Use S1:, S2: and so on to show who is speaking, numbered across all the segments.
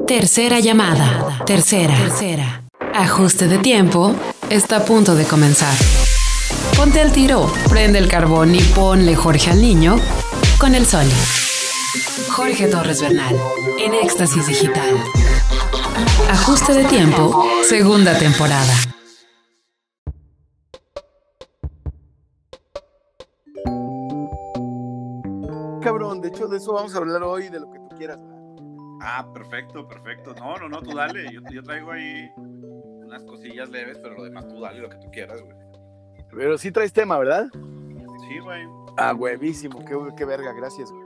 S1: Tercera llamada. Tercera. Ajuste de tiempo. Está a punto de comenzar. Ponte al tiro, prende el carbón y ponle Jorge al niño con el sol. Jorge Torres Bernal, en Éxtasis Digital. Ajuste de tiempo, segunda temporada.
S2: Cabrón, de hecho de eso vamos a hablar hoy, de lo que tú quieras.
S3: Perfecto. No, tú dale. Yo traigo ahí unas cosillas leves, pero lo demás tú dale lo que tú quieras, güey.
S2: Pero sí traes tema, ¿verdad?
S3: Sí, güey.
S2: Huevísimo, qué verga, gracias, güey.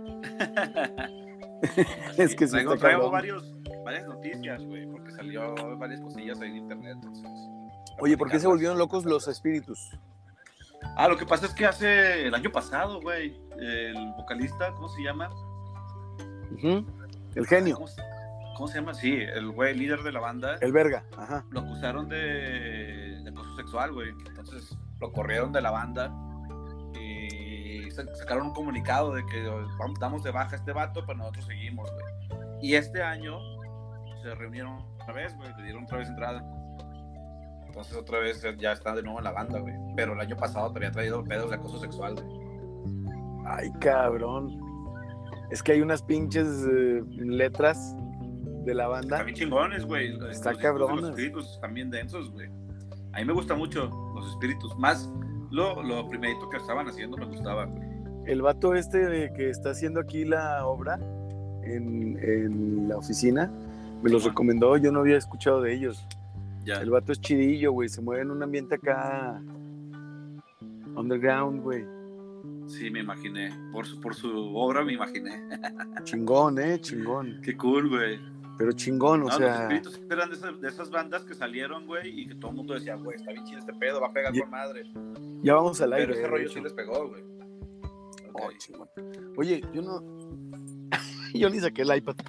S2: Es que sí está
S3: traigo
S2: cabrón.
S3: varias noticias, güey, porque salió varias cosillas ahí en internet, entonces.
S2: Oye, ¿por qué se volvieron locos los espíritus?
S3: Lo que pasa es que hace el año pasado, güey, el vocalista, ¿cómo se llama?
S2: Uh-huh. El genio.
S3: ¿Cómo se llama? Sí, el güey líder de la banda.
S2: El verga, ajá.
S3: Lo acusaron de acoso sexual, güey. Entonces lo corrieron de la banda y sacaron un comunicado de que damos de baja a este vato, pero nosotros seguimos, güey. Y este año se reunieron otra vez, güey, le dieron otra vez entrada. Entonces otra vez ya está de nuevo en la banda, güey. Pero el año pasado te había traído pedos de acoso sexual, güey.
S2: Ay, cabrón. Es que hay unas pinches letras de la banda.
S3: Están bien chingones, güey.
S2: Está cabrón.
S3: Los espíritus están bien densos, güey. A mí me gustan mucho los espíritus. Más lo primerito que estaban haciendo me gustaba, güey.
S2: El vato que está haciendo aquí la obra en la oficina me los recomendó. Yo no había escuchado de ellos.
S3: Ya.
S2: El vato es chidillo, güey. Se mueve en un ambiente acá underground, güey.
S3: Sí, me imaginé. Por su obra me imaginé.
S2: Chingón, chingón.
S3: Qué cool, güey.
S2: Pero chingón, o sea...
S3: Los espíritus eran de esas bandas que salieron, güey, y que todo el mundo decía, güey, está bien chido este pedo, va a pegar con madre.
S2: Ya vamos al aire.
S3: Pero ese rollo sí les pegó, güey.
S2: Okay. Oh, chingón. Oye, yo ni saqué el iPad.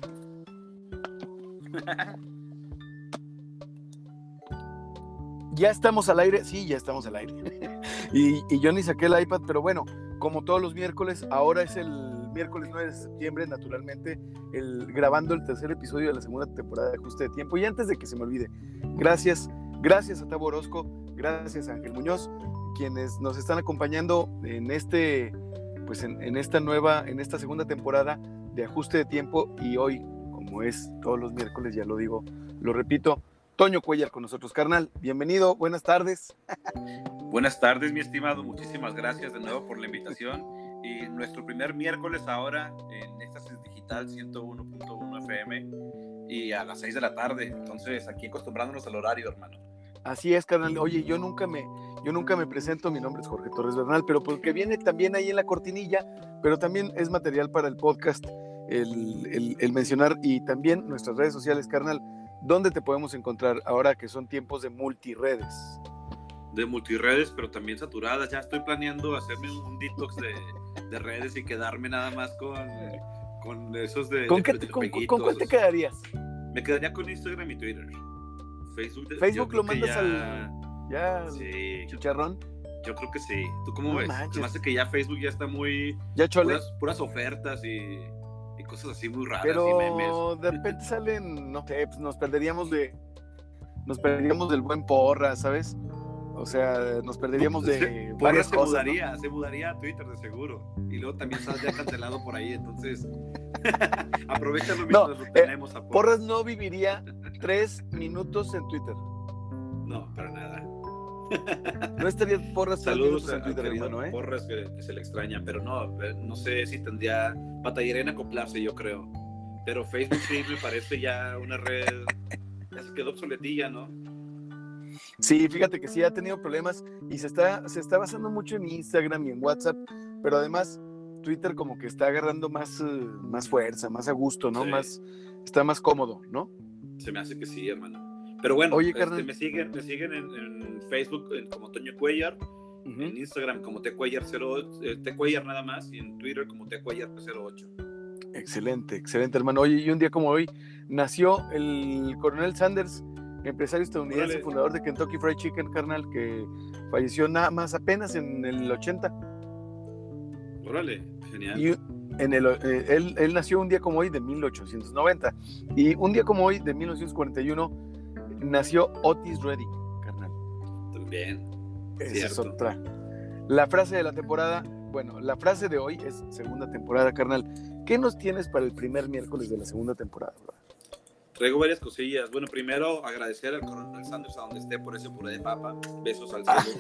S2: ¿Ya estamos al aire? Sí, ya estamos al aire. y yo ni saqué el iPad, pero bueno, como todos los miércoles, ahora es el miércoles 9 de septiembre, naturalmente, grabando el tercer episodio de la segunda temporada de Ajuste de Tiempo. Y antes de que se me olvide, gracias a Tabo Orozco, gracias a Ángel Muñoz, quienes nos están acompañando en en esta segunda temporada de Ajuste de Tiempo. Y hoy, como es todos los miércoles, ya lo digo, lo repito, Toño Cuellar con nosotros, carnal. Bienvenido, buenas tardes.
S3: Buenas tardes, mi estimado. Muchísimas gracias de nuevo por la invitación. Y nuestro primer miércoles ahora en Éxtasis Digital 101.1 FM y a las 6 de la tarde. Entonces, aquí acostumbrándonos al horario, hermano.
S2: Así es, carnal. Oye, yo nunca me presento. Mi nombre es Jorge Torres Bernal, pero porque viene también ahí en la cortinilla, pero también es material para el podcast el mencionar, y también nuestras redes sociales, carnal. ¿Dónde te podemos encontrar ahora que son tiempos de multiredes?
S3: De multiredes, pero también saturadas. Ya estoy planeando hacerme un detox de redes y quedarme nada más con esos de...
S2: ¿Con cuál te quedarías?
S3: Me quedaría con Instagram y Twitter.
S2: Facebook lo mandas
S3: al
S2: chicharrón.
S3: Yo creo que sí. ¿Tú cómo ves?
S2: Manches.
S3: Además de que ya Facebook ya está muy...
S2: Ya chole.
S3: Puras ofertas y cosas así muy raras.
S2: Pero
S3: y memes.
S2: de repente salen, no sé, pues nos perderíamos del buen Porra, ¿sabes? O sea, nos perderíamos de varias cosas.
S3: Se mudaría a Twitter de seguro. Y luego también saldría cancelado por ahí, entonces aprovechalo mientras lo tenemos a
S2: Porras no viviría 3 minutos en Twitter.
S3: No, para nada.
S2: No estaría Porras 3
S3: minutos
S2: en Twitter, hermano,
S3: Porras que se le extraña, pero no sé si batallaría en acoplarse, yo creo. Pero Facebook sí me parece ya una red, ya se quedó obsoletilla, ¿no?
S2: Sí, fíjate que sí ha tenido problemas y se está basando mucho en Instagram y en WhatsApp, pero además Twitter como que está agarrando más fuerza, más a gusto, ¿no?
S3: Sí.
S2: Está más cómodo, ¿no?
S3: Se me hace que sí, hermano. Pero bueno,
S2: oye, carnal,
S3: me siguen en Facebook como Toño Cuellar, uh-huh. En Instagram como tcuellar08, tcuellar nada más, y en Twitter como tcuellar08.
S2: Excelente, hermano. Oye, y un día como hoy nació el coronel Sanders, empresario estadounidense,
S3: Órale.
S2: Fundador de Kentucky Fried Chicken, carnal, que falleció nada más apenas en el 80.
S3: Órale, genial.
S2: Él nació un día como hoy de 1890 y un día como hoy de 1941 nació Otis Redding, carnal.
S3: También.
S2: Esa es otra. La frase de la temporada, bueno, la frase de hoy es segunda temporada, carnal. ¿Qué nos tienes para el primer miércoles de la segunda temporada, bro?
S3: Traigo varias cosillas. Bueno, primero agradecer al coronel Sanders a donde esté por ese puré de papa. Besos al cielo.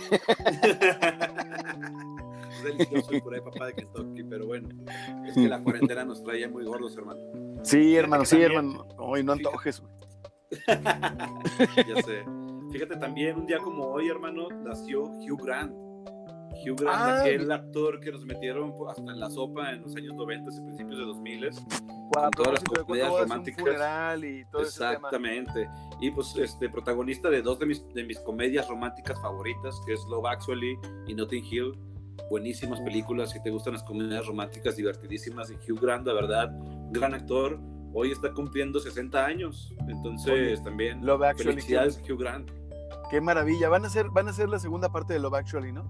S3: Es delicioso el puré de papa de Kentucky, pero bueno, es que la cuarentena nos trae muy gordos, hermano.
S2: Sí, hermano, hermano. Hoy no antojes, güey.
S3: Ya sé. Fíjate, también un día como hoy, hermano, nació Hugh Grant. Hugh Grant, aquel actor que nos metieron hasta en la sopa en los años 90 y principios de 2000, con todas las comedias románticas.
S2: Y todo
S3: exactamente. Y pues protagonista de dos de mis comedias románticas favoritas, que es Love Actually y Notting Hill. Buenísimas películas, si te gustan las comedias románticas, divertidísimas. Y Hugh Grant, la verdad, gran actor. Hoy está cumpliendo 60 años. Entonces, oye, también
S2: Love Actually,
S3: felicidades, Hugh Grant.
S2: Qué maravilla. Van a hacer la segunda parte de Love Actually, ¿no?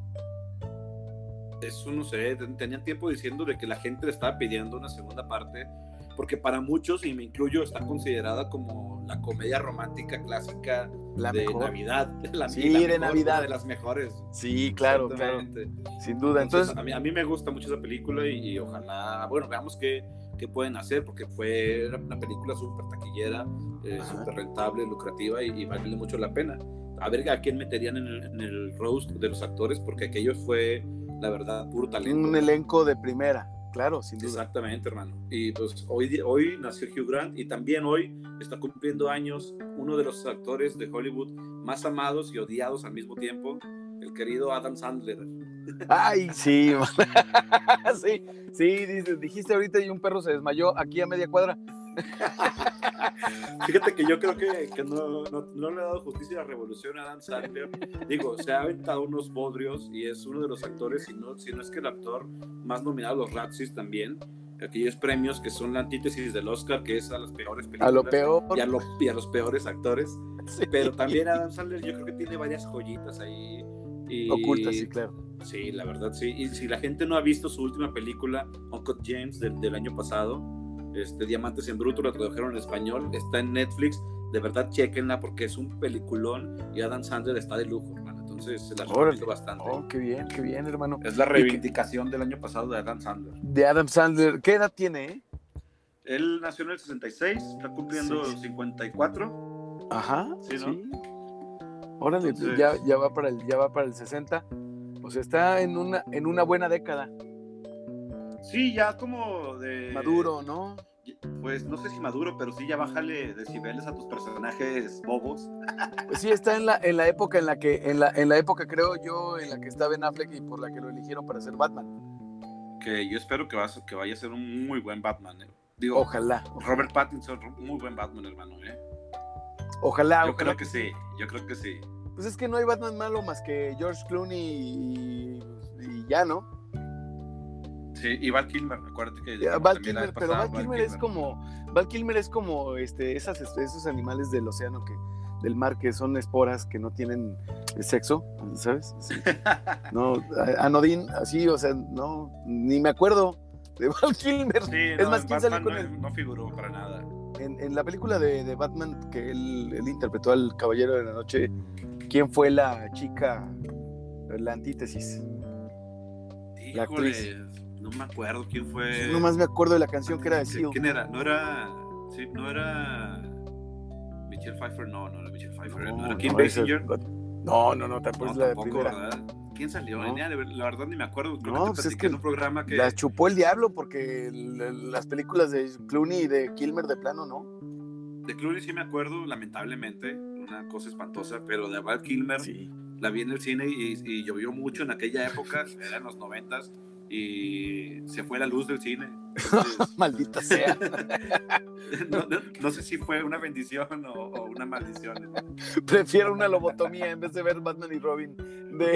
S3: Eso no sé, tenían tiempo diciendo de que la gente le estaba pidiendo una segunda parte, porque para muchos, y me incluyo, está considerada como la comedia romántica clásica de Navidad.
S2: De Navidad.
S3: Una de las mejores.
S2: Sí, claro, sin duda. Entonces
S3: a mí me gusta mucho esa película y ojalá, bueno, veamos qué pueden hacer, porque fue una película súper taquillera, súper rentable, lucrativa y vale mucho la pena. A ver a quién meterían en el roast de los actores, porque aquello fue, la verdad, puro talento.
S2: Un elenco de primera, claro, sin duda.
S3: Exactamente, hermano. Y pues hoy nació Hugh Grant y también hoy está cumpliendo años uno de los actores de Hollywood más amados y odiados al mismo tiempo, el querido Adam Sandler.
S2: Ay, sí, sí, dijiste ahorita y un perro se desmayó aquí a media cuadra.
S3: Fíjate que yo creo que no le ha dado justicia a la revolución a Adam Sandler. Digo, se ha aventado unos bodrios y es uno de los actores, si no es que el actor más nominado a los Razzies también, aquellos premios que son la antítesis del Oscar, que es a las peores películas,
S2: a lo peor
S3: y a los peores actores. Sí. Pero también Adam Sandler yo creo que tiene varias joyitas ahí
S2: ocultas, sí, claro.
S3: Sí, la verdad, sí. Y si la gente no ha visto su última película, Uncut James, del año pasado, Diamantes en Bruto, la tradujeron en español, está en Netflix, de verdad chéquenla porque es un peliculón y Adam Sandler está de lujo, hermano. Entonces se la recomiendo bastante.
S2: Oh, qué bien, hermano.
S3: Es la reivindicación del año pasado de Adam Sandler.
S2: De Adam Sandler, ¿qué edad tiene?
S3: Él nació en el 66, está cumpliendo 54.
S2: Ajá,
S3: sí, ¿no?
S2: Sí. Órale, entonces, ya va para el 60. O sea, está en una buena década.
S3: Sí, ya como de...
S2: Maduro, ¿no?
S3: Pues no sé si maduro, pero sí ya bájale decibeles a tus personajes bobos.
S2: Pues sí, está en la época en la época, creo yo, en la que está Ben Affleck y por la que lo eligieron para ser Batman.
S3: Que yo espero que vaya a ser un muy buen Batman. Digo,
S2: ojalá.
S3: Robert Pattinson, muy buen Batman, hermano.
S2: Ojalá.
S3: Yo creo que sí.
S2: Pues es que no hay Batman malo más que George Clooney y ya, ¿no?
S3: Sí, y Val Kilmer, acuérdate que...
S2: Val Kilmer es como esos animales del océano, del mar, que son esporas que no tienen sexo, ¿sabes? Sí. No, Anodín, así, o sea, no, ni me acuerdo de Val Kilmer.
S3: Sí,
S2: es más, ¿quién salió con él?
S3: No figuró para nada.
S2: En la película de Batman que él interpretó al Caballero de la Noche, ¿quién fue la chica, la antítesis?
S3: Híjole,
S2: la actriz.
S3: No me acuerdo quién fue.
S2: Yo nomás me acuerdo de la canción que era de Seal.
S3: ¿Quién era? No era Michelle Pfeiffer, no era Michelle Pfeiffer. ¿No era Kim Basinger?
S2: No, tampoco es la primera.
S3: ¿Verdad? ¿Quién salió? No. La verdad ni me acuerdo. Creo
S2: no,
S3: que te platiqué en un programa que...
S2: La chupó el diablo porque las películas de Clooney y de Kilmer de plano, ¿no?
S3: De Clooney sí me acuerdo, lamentablemente, una cosa espantosa, pero de Val Kilmer
S2: sí.
S3: La vi en el cine y llovió mucho en aquella época, eran los 90s, y se fue la luz del cine. Entonces,
S2: maldita sea.
S3: No sé si fue una bendición o una maldición.
S2: Prefiero una lobotomía en vez de ver Batman y Robin de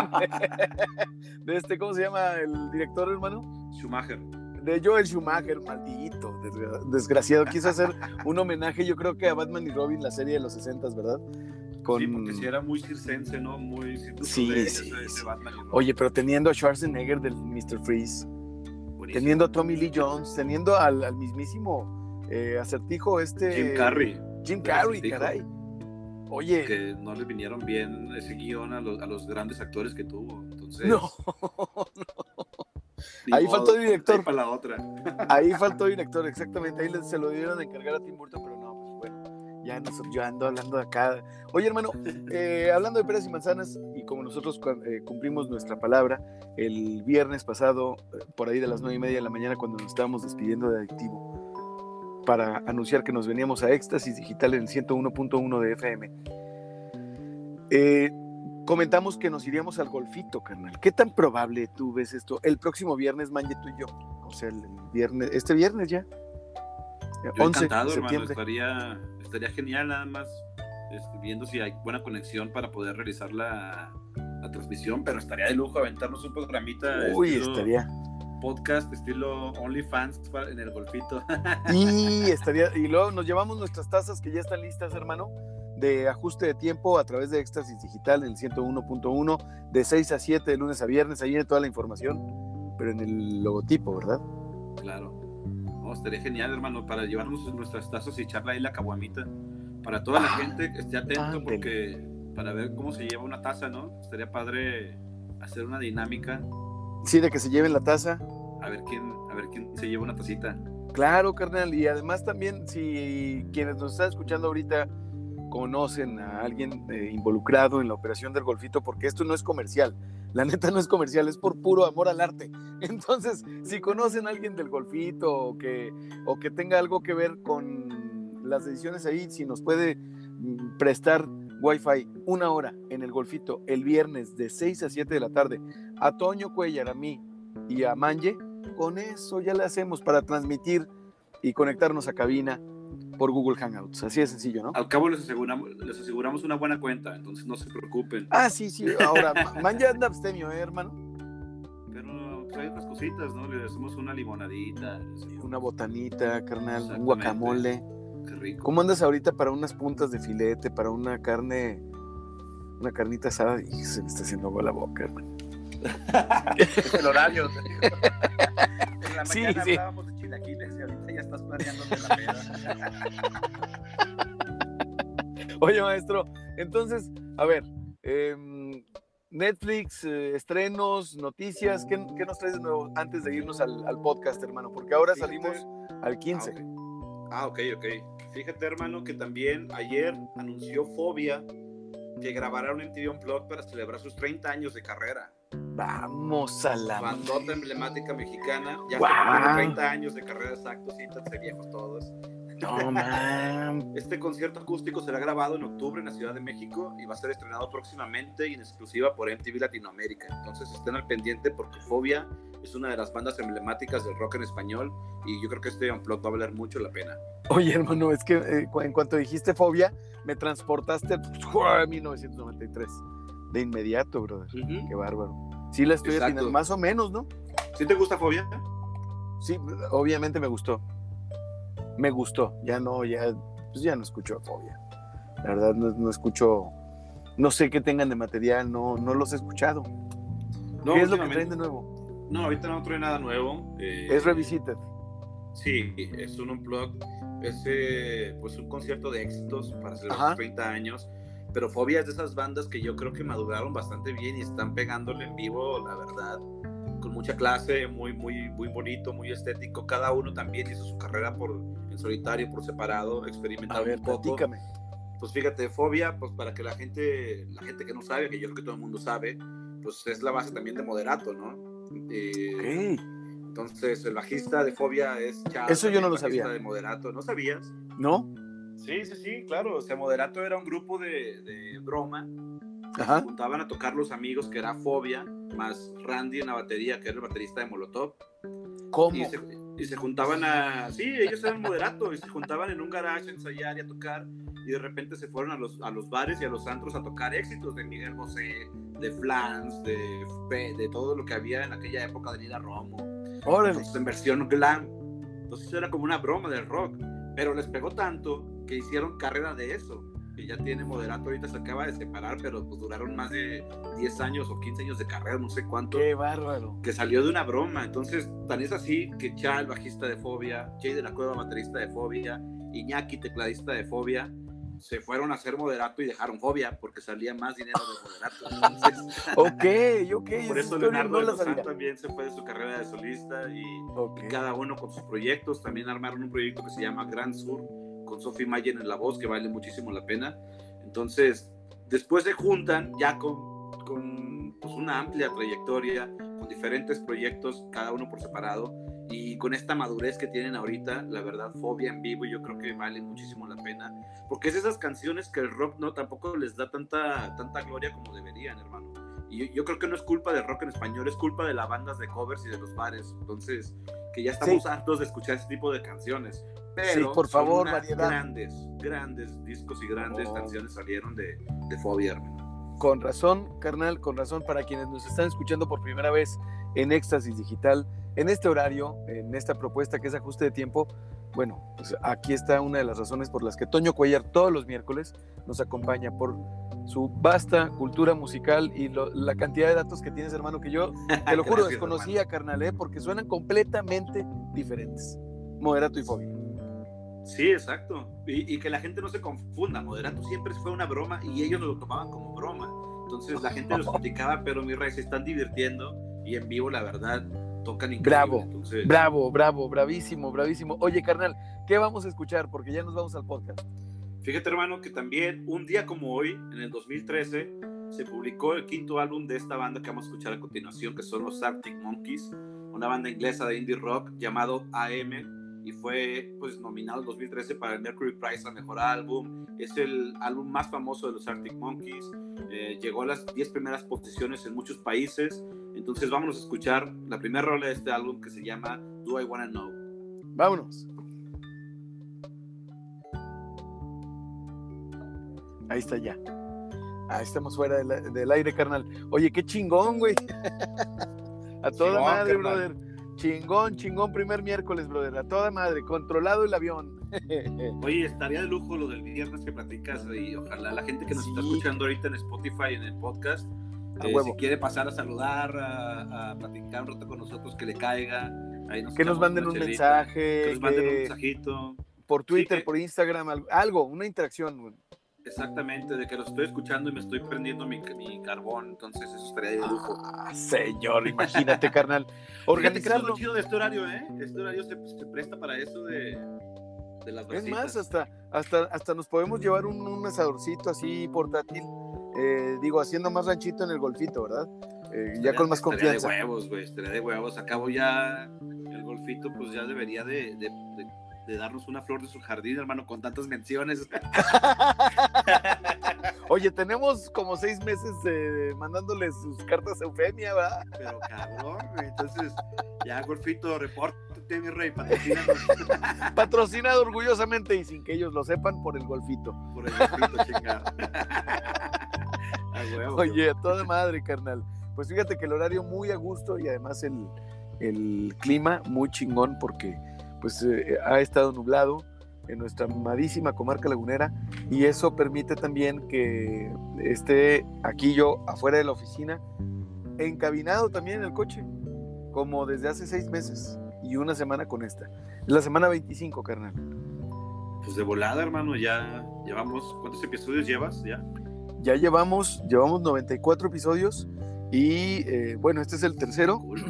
S2: ¿cómo se llama el director, hermano?
S3: Schumacher.
S2: De Joel Schumacher, maldito desgraciado. Quiso hacer un homenaje, yo creo que a Batman y Robin, la serie de los 60s, ¿verdad?
S3: Sí, porque sí era muy circense, ¿no? Muy
S2: sí.
S3: Ese Batman y Robin.
S2: Oye, pero teniendo a Schwarzenegger del Mr. Freeze.
S3: buenísimo.
S2: Teniendo a Tommy Lee Jones, teniendo al mismísimo Acertijo,
S3: Jim Carrey.
S2: Jim Carrey, caray. Oye.
S3: Que no les vinieron bien ese guión a los grandes actores que tuvo. Entonces,
S2: no. Ahí faltó director.
S3: Para la otra.
S2: Ahí faltó director, exactamente. Ahí se lo dieron a encargar a Tim Burton, pero no, pues bueno. Ya yo ando hablando de acá. Oye, hermano, hablando de peras y manzanas, y como nosotros cumplimos nuestra palabra, el viernes pasado, por ahí de las 9:30 de la mañana, cuando nos estábamos despidiendo de Adictivo, para anunciar que nos veníamos a Éxtasis Digital en el 101.1 de FM, comentamos que nos iríamos al golfito, carnal. ¿Qué tan probable tú ves esto? El próximo viernes, Manje, tú y yo. O sea, este viernes ya.
S3: Yo
S2: 11
S3: encantado,
S2: de septiembre.
S3: Hermano, estaría genial, nada más viendo si hay buena conexión para poder realizar la transmisión, pero estaría de lujo aventarnos un programita.
S2: Uy, estaría.
S3: Podcast estilo OnlyFans en el golfito.
S2: Y luego nos llevamos nuestras tazas que ya están listas, hermano, de ajuste de tiempo a través de Éxtasis Digital en el 101.1, de 6 a 7 de lunes a viernes. Ahí viene toda la información, pero en el logotipo, ¿verdad?
S3: Claro. No, estaría genial, hermano, para llevarnos nuestras tazas y echarle ahí la caguamita. Para toda la gente que esté atento, porque para ver cómo se lleva una taza, ¿no? Estaría padre hacer una dinámica.
S2: Sí, de que se lleven la taza.
S3: A ver quién se lleva una tacita.
S2: Claro, carnal, y además también, si quienes nos están escuchando ahorita conocen a alguien involucrado en la operación del golfito, porque esto no es comercial, la neta no es comercial, es por puro amor al arte. Entonces, si conocen a alguien del golfito o que tenga algo que ver con las decisiones ahí, si nos puede prestar Wi-Fi 1 hora en el golfito el viernes de 6 a 7 de la tarde a Toño Cuellar, a mí y a Manje, con eso ya le hacemos para transmitir y conectarnos a cabina por Google Hangouts. Así de sencillo, ¿no?
S3: Al cabo les aseguramos una buena cuenta, entonces no se preocupen.
S2: Ah, sí. Ahora, Manje anda abstemio, hermano.
S3: Pero pues, hay otras cositas, ¿no? Le hacemos una limonadita.
S2: Una botanita, carnal, un guacamole.
S3: Qué rico.
S2: ¿Cómo andas ahorita para unas puntas de filete, para una carnita asada? Y se me está haciendo agua la boca, hermano.
S3: Es el horario. En la mañana
S2: sí.
S3: hablábamos de chilaquiles y ahorita ya estás planeándote la peda.
S2: Oye, maestro, entonces, a ver, Netflix, estrenos, noticias, ¿qué nos traes de nuevo antes de irnos al podcast, hermano? Porque ahora salimos al 15.
S3: Ok. Fíjate, hermano, que también ayer anunció Fobia que grabará un MTV Unplugged para celebrar sus 30 años de carrera.
S2: Vamos a la
S3: bandota emblemática mexicana, ya
S2: wow.
S3: 30 años de carrera, exacto, siéntanse viejos todos.
S2: No, man.
S3: Este concierto acústico será grabado en octubre en la Ciudad de México y va a ser estrenado próximamente y en exclusiva por MTV Latinoamérica. Entonces estén al pendiente porque Fobia es una de las bandas emblemáticas del rock en español y yo creo que este Unplugged va a valer mucho la pena.
S2: Oye, hermano, es que en cuanto dijiste Fobia, me transportaste a 1993. De inmediato, brother. Uh-huh. Qué bárbaro. Sí la estoy afinando, más o menos, ¿no?
S3: ¿Sí te gusta Fobia?
S2: Sí, obviamente me gustó. Ya no escucho Fobia. La verdad no escucho, no sé qué tengan de material, no los he escuchado. No, ¿qué es lo que traen de nuevo?
S3: No, ahorita no trae nada nuevo.
S2: ¿Es Revisited?
S3: Sí, es un Unplugged, es pues un concierto de éxitos para celebrar 30 años, pero Fobia es de esas bandas que yo creo que maduraron bastante bien y están pegándole en vivo, la verdad, con mucha clase, muy bonito, muy estético. Cada uno también hizo su carrera en solitario, por separado, experimentaron un poco. Platícame. Pues fíjate, Fobia, pues para que la gente que no sabe, que yo creo que todo el mundo sabe, pues es la base también de Moderato, ¿no?
S2: Okay.
S3: Entonces el bajista de Fobia es Chad.
S2: Eso yo no lo sabía.
S3: De Moderato, ¿no sabías?
S2: ¿No?
S3: Sí, claro. O sea, Moderato era un grupo de broma. Se juntaban a tocar los amigos, que era Fobia, más Randy en la batería, que era el baterista de Molotov.
S2: ¿Cómo?
S3: Y se juntaban Sí, ellos eran Moderato, y se juntaban en un garage a ensayar y a tocar, y de repente se fueron a los bares y a los antros a tocar éxitos de Miguel Bosé, de Flans, de todo lo que había en aquella época de Nina Romo. Entonces, en versión glam. Entonces era como una broma del rock, pero les pegó tanto que hicieron carrera de eso. que ya tiene Moderato, ahorita se acaba de separar, pero pues duraron más de 10 años o 15 años de carrera, no sé cuánto.
S2: ¡Qué bárbaro!
S3: Que salió de una broma. Entonces, tan es así que Chal, bajista de Fobia, Jay de la Cueva, baterista de Fobia, Iñaki, tecladista de Fobia, se fueron a hacer Moderato y dejaron Fobia porque salía más dinero de Moderato. Entonces,
S2: ok.
S3: por eso Leonardo de Lozán también se fue de su carrera de solista y cada uno con sus proyectos. También armaron un proyecto que se llama Gran Sur con Sophie Mayen en la voz, que vale muchísimo la pena. Entonces, después se juntan ya con pues, una amplia trayectoria, con diferentes proyectos, cada uno por separado, y con esta madurez que tienen ahorita, la verdad, Fobia en vivo, yo creo que vale muchísimo la pena, porque es esas canciones que el rock no tampoco les da tanta gloria como deberían, hermano. Y yo creo que no es culpa del rock en español, es culpa de las bandas de covers y de los bares. Entonces, que ya estamos hartos de escuchar ese tipo de canciones. Pero
S2: por favor,
S3: variedad. Grandes discos y grandes canciones salieron de Fobia, hermano.
S2: Con razón, carnal, con razón, para quienes nos están escuchando por primera vez en Éxtasis Digital, en este horario, en esta propuesta que es Ajuste de Tiempo, bueno, pues aquí está una de las razones por las que Toño Cuellar todos los miércoles nos acompaña, por su vasta cultura musical y la cantidad de datos que tienes, hermano, que yo, te lo juro, desconocía, carnal, porque suenan completamente diferentes. Moderato y Fobia.
S3: Sí, exacto. Y que la gente no se confunda. Moderato siempre fue una broma y ellos lo tomaban como broma. Entonces la gente los criticaba, pero mi rey, se están divirtiendo y en vivo, la verdad, tocan increíble.
S2: Bravo,
S3: entonces...
S2: bravo, bravísimo. Oye, carnal, ¿qué vamos a escuchar? Porque ya nos vamos al podcast.
S3: Fíjate, hermano, que también un día como hoy, en el 2013, se publicó el 5º álbum de esta banda que vamos a escuchar a continuación, que son los Arctic Monkeys, una banda inglesa de indie rock llamado AM, y fue pues nominado en 2013 para el Mercury Prize a Mejor Álbum. Es el álbum más famoso de los Arctic Monkeys, llegó a las 10 primeras posiciones en muchos países. Entonces vámonos a escuchar la primera rola de este álbum, que se llama Do I Wanna Know.
S2: Vámonos. Ahí está ya. Estamos fuera del aire, carnal. Oye, qué chingón, güey. A toda chingón, madre, carnal. Brother. Chingón, primer miércoles, brother. A toda madre, controlado el avión.
S3: Oye, estaría de lujo lo del viernes que platicas, y ojalá la gente que nos está escuchando ahorita en Spotify, en el podcast, si quiere pasar a saludar, a platicar un rato con nosotros, que le caiga. Ahí
S2: que nos manden un mensaje.
S3: Que nos manden un mensajito.
S2: Por Twitter, por Instagram, algo, una interacción, güey.
S3: Exactamente, de que lo estoy escuchando y me estoy prendiendo mi carbón, entonces eso estaría de lujo.
S2: Señor, imagínate, carnal. Organizarlo.
S3: Es lo chido de este horario, Este horario se presta para eso de las
S2: Es
S3: brasitas.
S2: más, hasta nos podemos llevar un asadorcito así portátil, haciendo más ranchito en el golfito, ¿verdad? Ya con más confianza.
S3: Estaría de huevos. Acabo ya el golfito, pues ya debería de darnos una flor de su jardín, hermano, con tantas menciones.
S2: Oye, tenemos como 6 meses mandándoles sus cartas a Eufemia, ¿verdad?
S3: Pero cabrón, entonces, ya, golfito, repórtate, mi rey, patrocínanos.
S2: Patrocinado orgullosamente y sin que ellos lo sepan por el golfito.
S3: Por el golfito, chingado.
S2: Oye, a toda madre, carnal. Pues fíjate que el horario muy a gusto y además el clima muy chingón, porque pues ha estado nublado en nuestra amadísima comarca lagunera, y eso permite también que esté aquí yo afuera de la oficina, encabinado también en el coche, como desde hace 6 meses y una semana con esta. Es la semana 25, carnal.
S3: Pues de volada, hermano, ya llevamos, ¿cuántos episodios llevas ya?
S2: Ya llevamos 94 episodios y bueno, este es el tercero. Cool.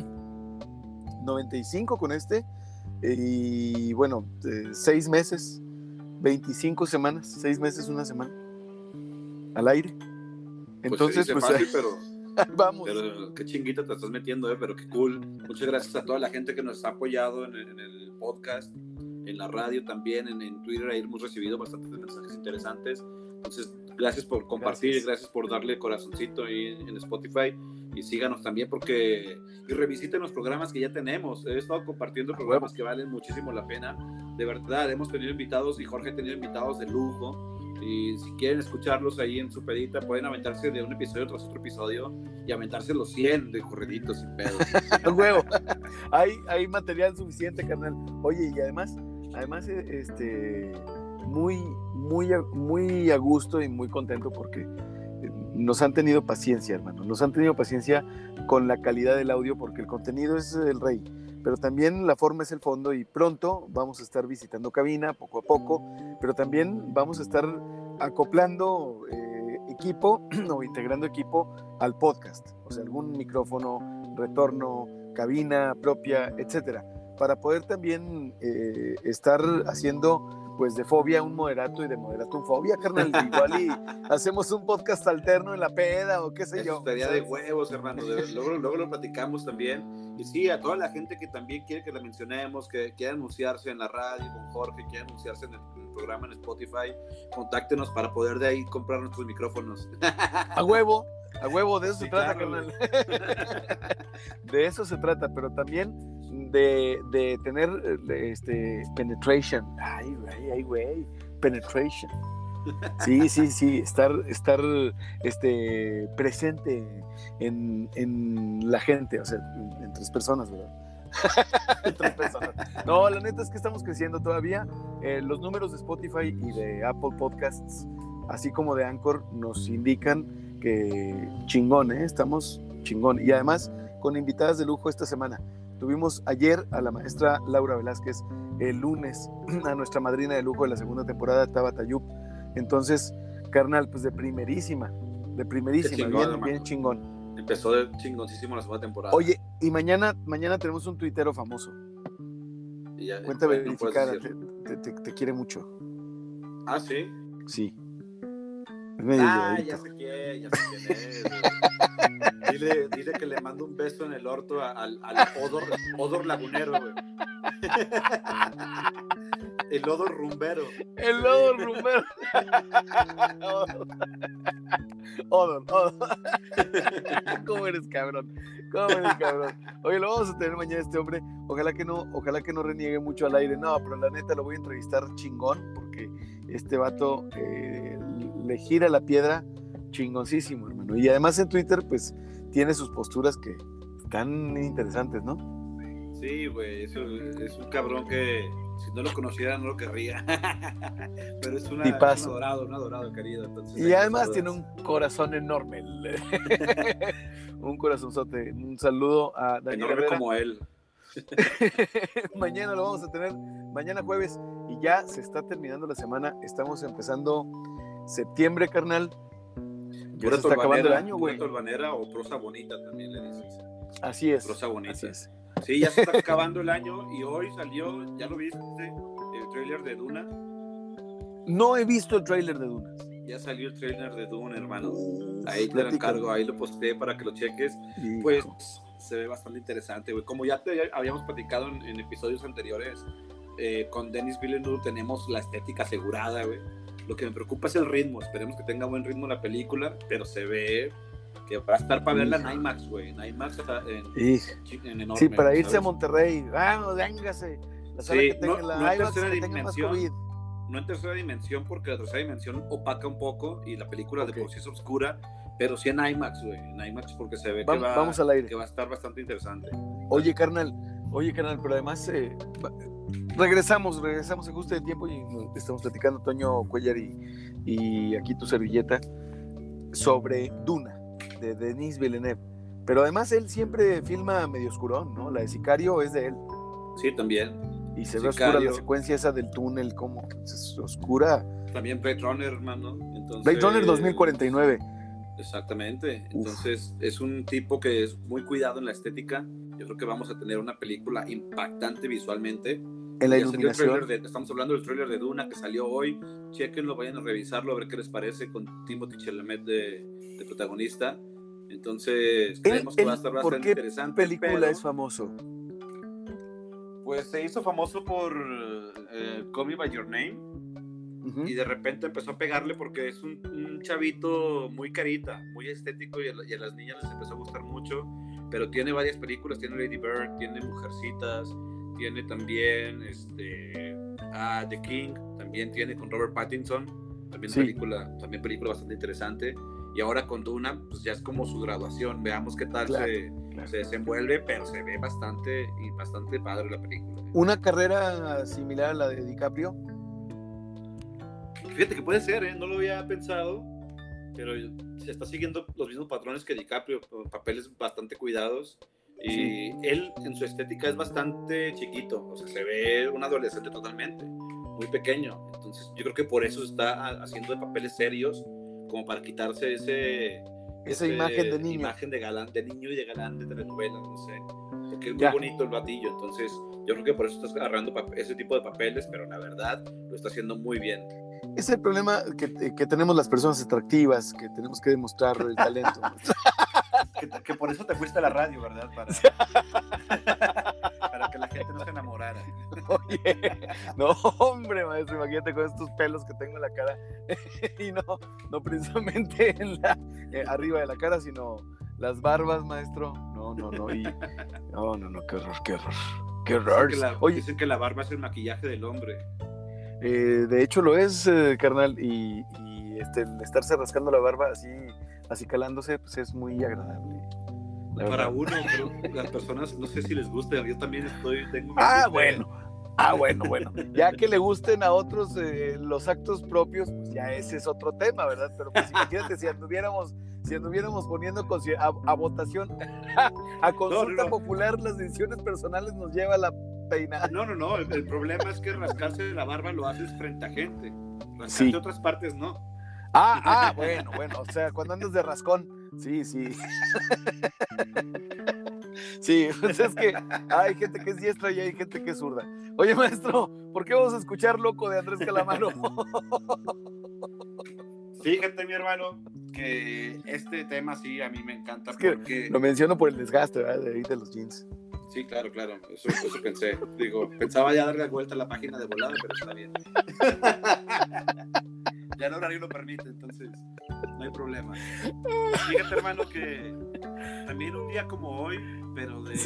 S2: 95 con este. Y bueno, 6 meses, 25 semanas, 6 meses, una semana al aire. Entonces,
S3: pues fácil, pero
S2: vamos.
S3: Pero qué chinguita te estás metiendo, pero qué cool. Muchas gracias a toda la gente que nos ha apoyado en el podcast, en la radio también, en Twitter. Ahí hemos recibido bastantes mensajes interesantes. Entonces, gracias por compartir, gracias por darle corazoncito ahí en Spotify. Y síganos también y revisiten los programas que ya tenemos. He estado compartiendo programas que valen muchísimo la pena. De verdad, hemos tenido invitados y Jorge ha tenido invitados de lujo. Y si quieren escucharlos ahí en su pedita, pueden aventarse de un episodio tras otro episodio y aventarse los 100 de correditos sin pedo.
S2: Huevo. Hay material suficiente, carnal. Oye, y además muy a gusto y muy contento porque nos han tenido paciencia, hermano. Nos han tenido paciencia con la calidad del audio porque el contenido es el rey, pero también la forma es el fondo y pronto vamos a estar visitando cabina poco a poco, pero también vamos a estar acoplando equipo o integrando equipo al podcast, o sea, algún micrófono, retorno, cabina propia, etcétera, para poder también estar haciendo pues de fobia un moderato y de moderato un fobia, carnal. Igual y hacemos un podcast alterno en la peda o qué sé yo.
S3: Estaría de huevos, hermano. Luego lo platicamos también. Y sí, a toda la gente que también quiere que la mencionemos, que quiera anunciarse en la radio con Jorge, quiera anunciarse en el programa en Spotify, contáctenos para poder de ahí comprar nuestros micrófonos.
S2: A huevo, de eso
S3: Sí,
S2: se trata,
S3: claro,
S2: carnal. De eso se trata, pero también de tener penetration. Ay, güey, penetration. Sí, estar presente en la gente, o sea, en 3 personas, ¿verdad? En 3 personas. No, la neta es que estamos creciendo todavía. Los números de Spotify y de Apple Podcasts, así como de Anchor, nos indican que chingón, estamos chingón. Y además, con invitadas de lujo esta semana. Tuvimos ayer a la maestra Laura Velázquez, el lunes a nuestra madrina de lujo de la segunda temporada, Tabata Ayub. Entonces, carnal, pues de primerísima, chingón, bien chingón.
S3: Empezó de chingoncísimo la segunda temporada.
S2: Oye, y mañana tenemos un tuitero famoso. Cuenta verificada, te quiere mucho.
S3: ¿Ah, sí?
S2: Sí.
S3: Ya sé quién es. Dile que le mando un beso en el orto al Odor Lagunero, güey. El Odor Rumbero.
S2: El Odor Rumbero. Odor. ¿Cómo eres cabrón? Oye, lo vamos a tener mañana este hombre. Ojalá que no reniegue mucho al aire. No, pero la neta lo voy a entrevistar chingón porque este vato le gira la piedra chingoncísimo, hermano. Y además en Twitter, pues, tiene sus posturas que están interesantes, ¿no?
S3: Sí, güey, es un cabrón que si no lo conociera no lo querría. Pero es un adorado querido. Entonces,
S2: y además tiene un corazón enorme. Un corazonzote. Un saludo a Daniel
S3: enorme
S2: Herrera.
S3: como él.
S2: Mañana lo vamos a tener, mañana jueves, y ya se está terminando la semana. Estamos empezando septiembre, carnal. Ya se está acabando el año, güey.
S3: Tolvanera o prosa bonita también le dices.
S2: Así es.
S3: Prosa bonita.
S2: Así es.
S3: Sí, ya se está acabando el año y hoy salió, ¿ya lo viste? El tráiler de Duna.
S2: No he visto el tráiler de Duna.
S3: Ya salió el tráiler de Duna, hermano. Ahí te lo encargo, ahí lo posté para que lo cheques.
S2: Hijo.
S3: Pues se ve bastante interesante, güey. Como ya te habíamos platicado en episodios anteriores, con Denis Villeneuve tenemos la estética asegurada, güey. Lo que me preocupa es el ritmo. Esperemos que tenga buen ritmo la película, pero se ve que va a estar para verla en IMAX, güey. En IMAX en enorme.
S2: Sí, para irse
S3: ¿sabes?
S2: a Monterrey. Vamos, véngase. La sala que tenga la IMAX que tenga más COVID.
S3: No en tercera dimensión, porque la tercera dimensión opaca un poco y la película de por sí es oscura, pero sí en IMAX, güey. En IMAX porque se ve
S2: vamos al aire.
S3: Que va a estar bastante interesante.
S2: Oye, carnal, pero además regresamos a ajuste de tiempo y estamos platicando, Toño Cuellar y aquí tu servilleta, sobre Duna, de Denis Villeneuve. Pero además él siempre filma medio oscurón, ¿no? La de Sicario es de él.
S3: Sí, también.
S2: Y se ve oscura la secuencia esa del túnel, como es oscura.
S3: También Blade Runner, hermano. Entonces,
S2: Blade Runner 2049.
S3: Exactamente. Entonces, es un tipo que es muy cuidado en la estética. Yo creo que vamos a tener una película impactante visualmente.
S2: En la iluminación.
S3: Estamos hablando del tráiler de Duna que salió hoy. Chequenlo, vayan a revisarlo, a ver qué les parece, con Timothée Chalamet de protagonista. Entonces, creemos que va a estar bastante interesante.
S2: ¿Qué película es famoso?
S3: Pues se hizo famoso por Call Me By Your Name. Uh-huh. Y de repente empezó a pegarle porque es un chavito muy carita, muy estético, y a las niñas les empezó a gustar mucho. Pero tiene varias películas, tiene Lady Bird, tiene Mujercitas, tiene también The King, también tiene con Robert Pattinson, también, sí. película bastante interesante. Y ahora con Duna, pues ya es como su graduación. Veamos qué tal se desenvuelve, pero se ve bastante padre la película.
S2: ¿Una carrera similar a la de DiCaprio?
S3: Fíjate que puede ser, no lo había pensado, pero se está siguiendo los mismos patrones que DiCaprio, con papeles bastante cuidados. Y él en su estética es bastante chiquito, o sea, se ve un adolescente totalmente, muy pequeño. Entonces yo creo que por eso está haciendo de papeles serios, como para quitarse
S2: esa imagen de niño.
S3: Imagen de galán, de niño y de galán de telenovela, no sé. Porque es muy bonito el batillo, entonces yo creo que por eso estás agarrando ese tipo de papeles, pero la verdad lo está haciendo muy bien.
S2: Es el problema que tenemos las personas atractivas, que tenemos que demostrar el talento.
S3: que por eso te fuiste a la radio, ¿verdad? Para que la gente no se enamorara.
S2: Oye, no, hombre, maestro, imagínate con estos pelos que tengo en la cara. Y no precisamente arriba de la cara, sino las barbas, maestro. No. Y, no, qué horror.
S3: Dicen que la barba es el maquillaje del hombre.
S2: De hecho lo es, carnal, y el estarse rascando la barba así calándose, pues es muy agradable.
S3: Para uno, pero las personas no sé si les gusta, yo también tengo...
S2: Bueno, ya que le gusten a otros los actos propios, pues ya ese es otro tema, ¿verdad? Pero pues imagínate si anduviéramos poniendo a votación, a consulta popular, las decisiones personales nos lleva a la peinada.
S3: No, el problema es que rascarse la barba lo haces frente a gente, rascarte otras partes no.
S2: Bueno, o sea, cuando andas de rascón, sí. Sí, pues es que hay gente que es diestra y hay gente que es zurda. Oye, maestro, ¿por qué vamos a escuchar Loco de Andrés Calamaro?
S3: Fíjate, mi hermano, que este tema sí a mí me encanta.
S2: Es que
S3: porque...
S2: lo menciono por el desgaste, ¿verdad? De los jeans.
S3: Sí, claro, eso pensé. Pensaba ya darle vuelta a la página de volada, pero está bien. Ya el horario lo permite, entonces no hay problema. Fíjate, hermano, que también un día como hoy, pero de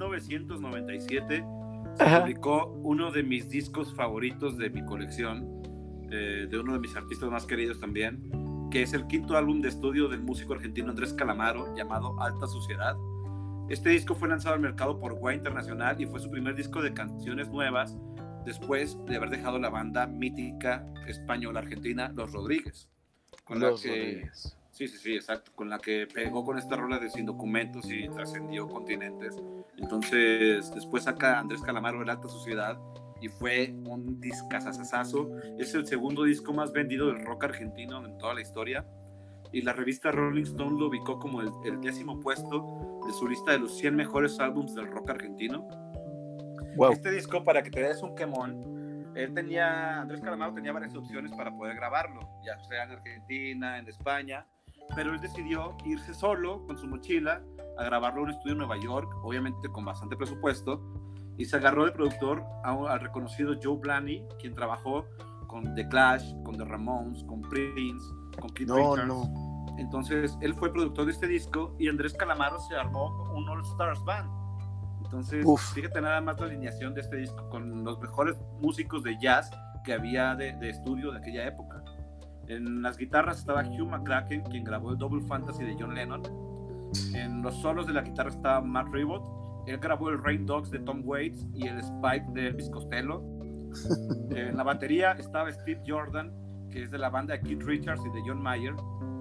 S3: 1997, se publicó uno de mis discos favoritos de mi colección, de uno de mis artistas más queridos también, que es el quinto álbum de estudio del músico argentino Andrés Calamaro, llamado Alta Suciedad. Este disco fue lanzado al mercado por Guay Internacional y fue su primer disco de canciones nuevas después de haber dejado la banda mítica española argentina Los Rodríguez,
S2: Rodríguez.
S3: Sí, exacto, con la que pegó con esta rola de Sin Documentos y trascendió continentes. Entonces después saca Andrés Calamaro el Alta Suciedad y fue un discazazazo. Es el segundo disco más vendido del rock argentino en toda la historia, y la revista Rolling Stone lo ubicó como el 10º puesto de su lista de los 100 mejores álbumes del rock argentino.
S2: Wow.
S3: Este disco, para que te des un quemón, Andrés Calamaro tenía varias opciones para poder grabarlo, ya sea en Argentina, en España, pero él decidió irse solo con su mochila a grabarlo en un estudio en Nueva York, obviamente con bastante presupuesto, y se agarró de productor al reconocido Joe Blaney, quien trabajó con The Clash, con The Ramones, con Prince, con Keith Richards. Entonces él fue productor de este disco y Andrés Calamaro se armó un All Stars Band. Entonces fíjate nada más la alineación de este disco con los mejores músicos de jazz que había de estudio de aquella época. En las guitarras estaba Hugh McCracken, quien grabó el Double Fantasy de John Lennon. En los solos de la guitarra estaba Matt Ribot. Él grabó el Rain Dogs de Tom Waits y el Spike de Elvis Costello. En la batería estaba Steve Jordan, que es de la banda de Keith Richards y de John Mayer.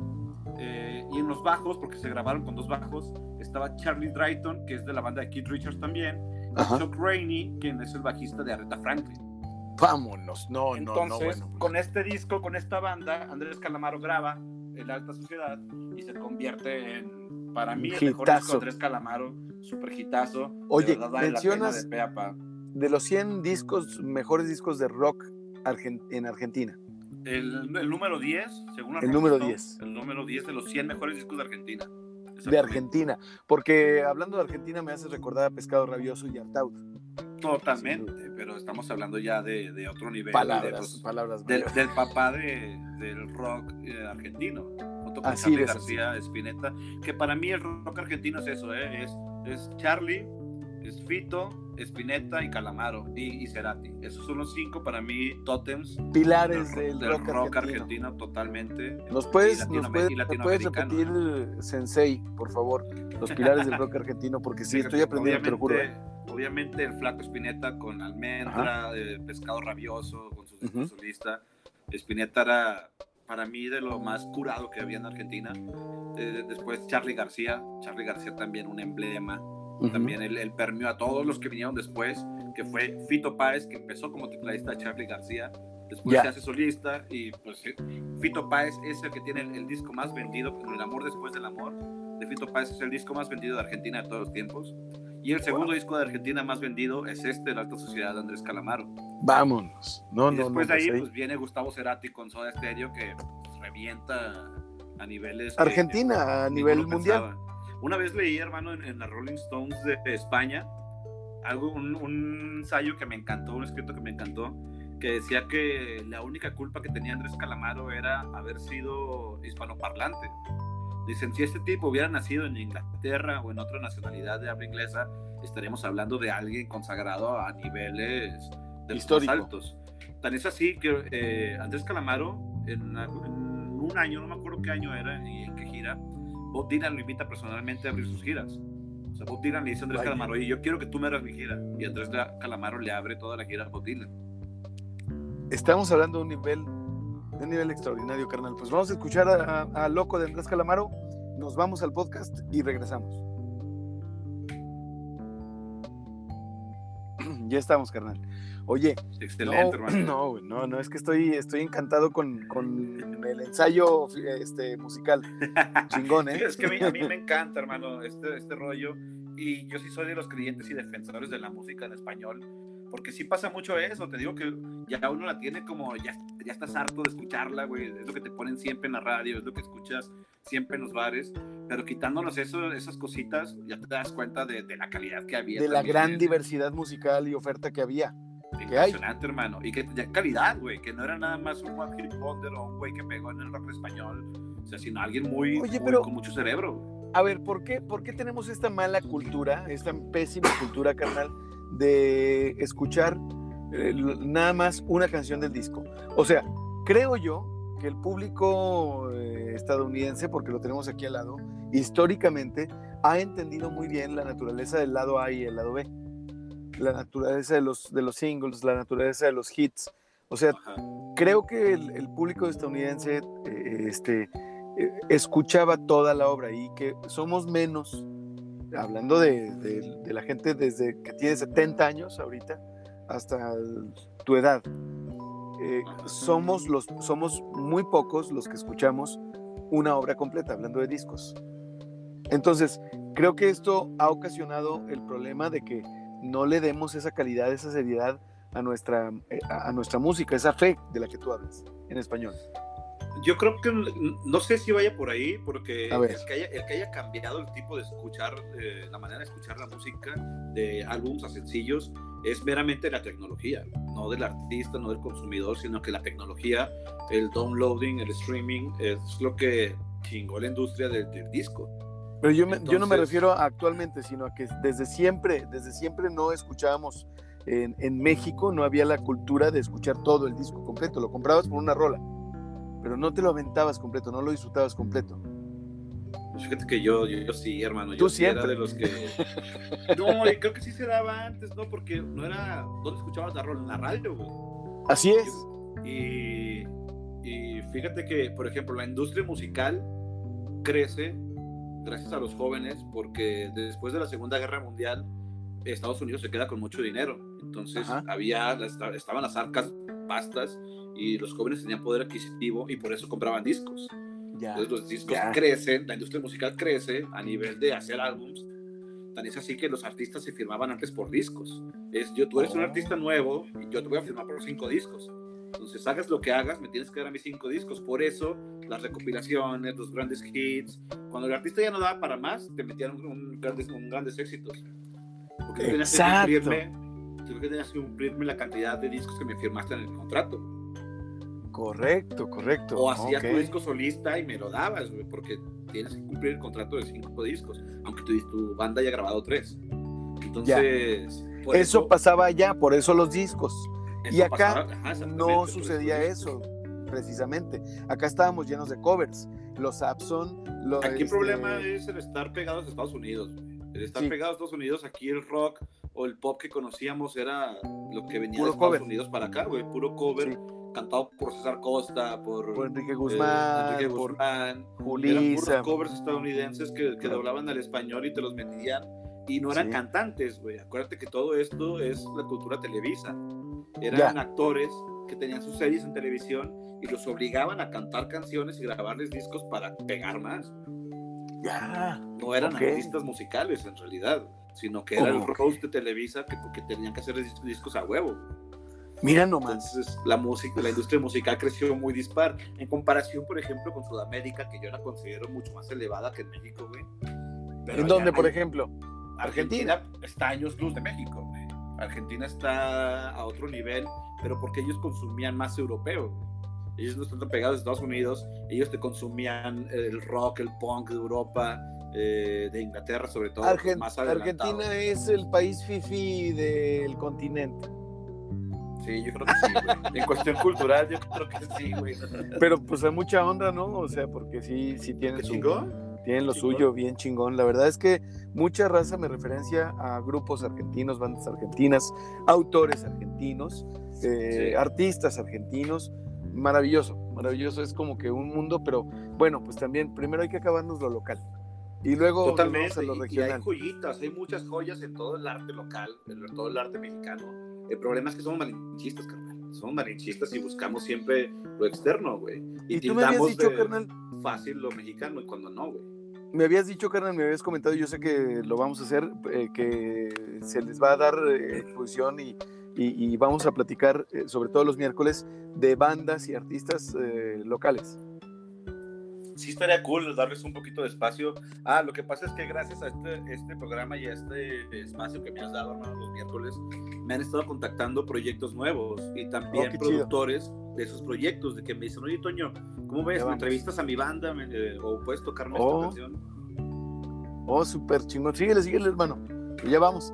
S3: Y en los bajos, porque se grabaron con 2 bajos, estaba Charlie Drayton, que es de la banda de Keith Richards también, y Chuck Rainey, quien es el bajista de Aretha Franklin.
S2: Vámonos,
S3: Entonces,
S2: bueno.
S3: Con este disco, con esta banda, Andrés Calamaro graba el Alta Suciedad y se convierte en, para mí, el mejor disco de Andrés Calamaro, super hitazo.
S2: Oye,
S3: de verdad,
S2: mencionas
S3: de pe a pa.
S2: De los 100 mejores discos de rock en Argentina.
S3: El número 10, según la
S2: el número
S3: Stone,
S2: 10.
S3: El número 10 de los 100 mejores discos de Argentina.
S2: De Argentina, porque hablando de Argentina me hace recordar a Pescado Rabioso y Artaud.
S3: Totalmente, pero estamos hablando ya de otro nivel.
S2: Palabras
S3: del papá del rock argentino, junto con
S2: Así
S3: Charly
S2: es,
S3: García Spinetta, que para mí el rock argentino es eso, es Charly, es Fito, Spinetta y Calamaro y Cerati. Esos son los 5 para mí tótems,
S2: pilares del
S3: rock argentino totalmente.
S2: ¿Nos puedes repetir, Sensei, por favor, los pilares del rock argentino? Porque sí, estoy aprendiendo, te lo juro.
S3: Obviamente el Flaco Spinetta con Almendra, Pescado Rabioso con su lista. Spinetta era, para mí, de lo más curado que había en Argentina. Después Charly García también un emblema. También él permeó a todos los que vinieron después, que fue Fito Páez, que empezó como tecladista de Charly García, después se hace solista, y pues Fito Páez es el que tiene el disco más vendido, El amor después del amor, de Fito Páez es el disco más vendido de Argentina de todos los tiempos, y el segundo disco de Argentina más vendido es La Alta Sociedad de Andrés Calamaro.
S2: Vámonos.
S3: Después de ahí pues viene Gustavo Cerati con Soda Stereo, que pues, revienta a niveles...
S2: Argentina, a nivel mundial.
S3: Una vez leí, hermano, en la Rolling Stones de España, un ensayo que me encantó, un escrito que me encantó, que decía que la única culpa que tenía Andrés Calamaro era haber sido hispanoparlante. Dicen, si este tipo hubiera nacido en Inglaterra o en otra nacionalidad de habla inglesa, estaríamos hablando de alguien consagrado a niveles de los más altos. Tan es así que Andrés Calamaro, en un año, no me acuerdo qué año era y en qué gira, Bob Dylan lo invita personalmente a abrir sus giras. O sea, Bob Dylan le dice a Andrés Calamaro, oye, yo quiero que tú me hagas mi gira. Y Andrés Calamaro le abre toda la gira a Bob Dylan.
S2: Estamos hablando de un nivel extraordinario, carnal. Pues vamos a escuchar a Loco de Andrés Calamaro. Nos vamos al podcast y regresamos. Ya estamos, carnal. Oye,
S3: excelente,
S2: hermano. No, es que estoy encantado con el ensayo musical. Chingón, ¿eh?
S3: Sí, es que a mí me encanta, hermano, este rollo. Y yo sí soy de los creyentes y defensores de la música en español. Porque sí pasa mucho eso, te digo que ya uno la tiene como, ya estás harto de escucharla, güey, es lo que te ponen siempre en la radio, es lo que escuchas siempre en los bares, pero quitándonos esas cositas, ya te das cuenta de la calidad que había.
S2: De la gran diversidad musical y oferta que había.
S3: Impresionante, hermano, y que ya calidad, güey, que no era nada más un One Hit Wonder o un güey que pegó en el rock español, o sea, sino alguien muy con mucho cerebro.
S2: A ver, ¿por qué tenemos esta mala cultura, esta pésima cultura, carnal, de escuchar nada más una canción del disco? O sea, creo yo que el público estadounidense, porque lo tenemos aquí al lado, históricamente ha entendido muy bien la naturaleza del lado A y el lado B, la naturaleza de los singles, la naturaleza de los hits. O sea, creo que el público estadounidense escuchaba toda la obra, y que somos menos, hablando de la gente desde que tiene 70 años ahorita hasta tu edad, somos muy pocos los que escuchamos una obra completa, hablando de discos. Entonces, creo que esto ha ocasionado el problema de que no le demos esa calidad, esa seriedad a nuestra música, esa fe de la que tú hablas en español.
S3: Yo creo que no sé si vaya por ahí, porque el que haya cambiado el tipo de escuchar, la manera de escuchar la música de álbumes a sencillos, es meramente la tecnología, no del artista, no del consumidor, sino que la tecnología, el downloading, el streaming, es lo que chingó la industria del disco.
S2: Pero yo no me refiero a actualmente, sino a que desde siempre no escuchábamos. En México no había la cultura de escuchar todo el disco completo, lo comprabas por una rola, pero no te lo aventabas completo, no lo disfrutabas completo.
S3: Pues fíjate que yo sí, hermano,
S2: yo
S3: sí era de los que... No, y creo que sí se daba antes, ¿no? Porque no era... ¿Dónde escuchabas la rola? En la radio, güey.
S2: Así es.
S3: Y fíjate que, por ejemplo, la industria musical crece gracias a los jóvenes, porque después de la Segunda Guerra Mundial Estados Unidos se queda con mucho dinero, entonces estaban las arcas vastas y los jóvenes tenían poder adquisitivo y por eso compraban discos. Entonces los discos crecen, la industria musical crece a nivel de hacer álbums. Tan es así que los artistas se firmaban antes por discos. Tú eres un artista nuevo y yo te voy a firmar por 5 discos. Entonces hagas lo que hagas, me tienes que dar a mis 5 discos. Por eso las recopilaciones, los grandes hits, cuando el artista ya no daba para más, te metían grandes éxitos. Porque tú tenías que cumplirme la cantidad de discos que me firmaste en el contrato.
S2: Correcto.
S3: O hacías tu disco solista y me lo dabas, güey, porque tienes que cumplir el contrato de 5 discos, aunque tu banda haya grabado 3. Entonces,
S2: eso pasaba allá, por eso los discos. Y acá no sucedía eso, precisamente. Acá estábamos llenos de covers. Los Abson.
S3: Aquí el problema es el estar pegados a Estados Unidos, güey. El estar pegado a Estados Unidos, aquí el rock o el pop que conocíamos era lo que venía de Estados Unidos para acá, güey, puro cover, cantado por César Costa,
S2: por Enrique Guzmán,
S3: por
S2: Julissa.
S3: Eran puros covers estadounidenses que doblaban al español y te los metían, y no eran cantantes, güey. Acuérdate que todo esto es la cultura Televisa. Eran actores que tenían sus series en televisión y los obligaban a cantar canciones y grabarles discos para pegar más. No eran artistas musicales en realidad, sino que era el roast de Televisa que tenían que hacer discos a huevo.
S2: Mira nomás.
S3: Entonces la industria musical creció muy dispar en comparación, por ejemplo, con Sudamérica, que yo la considero mucho más elevada que en México, güey.
S2: ¿En dónde, por ejemplo?
S3: Argentina está años luz de México, güey. Argentina está a otro nivel, pero porque ellos consumían más europeo. Ellos no están tan pegados a Estados Unidos, ellos te consumían el rock, el punk de Europa, de Inglaterra sobre todo. Más adelantado.
S2: Argentina es el país fifi del continente.
S3: Sí, yo creo que sí, güey. En cuestión cultural, yo creo que sí, güey.
S2: Pero pues hay mucha onda, ¿no? O sea, porque sí tienen tienen lo suyo bien chingón. La verdad es que mucha raza me referencia a grupos argentinos, bandas argentinas, autores argentinos, artistas argentinos. Maravilloso, es como que un mundo, pero bueno, pues también primero hay que acabarnos lo local y luego
S3: totalmente,
S2: lo regional.
S3: Y hay joyitas, hay muchas joyas en todo el arte local, en todo el arte mexicano. El problema es que somos malinchistas, carnal. Somos malinchistas y buscamos siempre lo externo, güey.
S2: Y tú me habías dicho, carnal,
S3: fácil lo mexicano, y cuando no, güey.
S2: Me habías dicho, carnal, me habías comentado, yo sé que lo vamos a hacer, que se les va a dar exposición y vamos a platicar, sobre todo los miércoles, de bandas y artistas locales.
S3: Sí, estaría cool darles un poquito de espacio. Lo que pasa es que gracias a este programa y a este espacio que me has dado, hermano, los miércoles, me han estado contactando proyectos nuevos y también productores chido de esos proyectos, de que me dicen, oye, Toño, ¿cómo ves? ¿Me entrevistas a mi banda? ¿O puedes tocarme esta canción?
S2: Súper chingón. Síguele, hermano. Y ya vamos.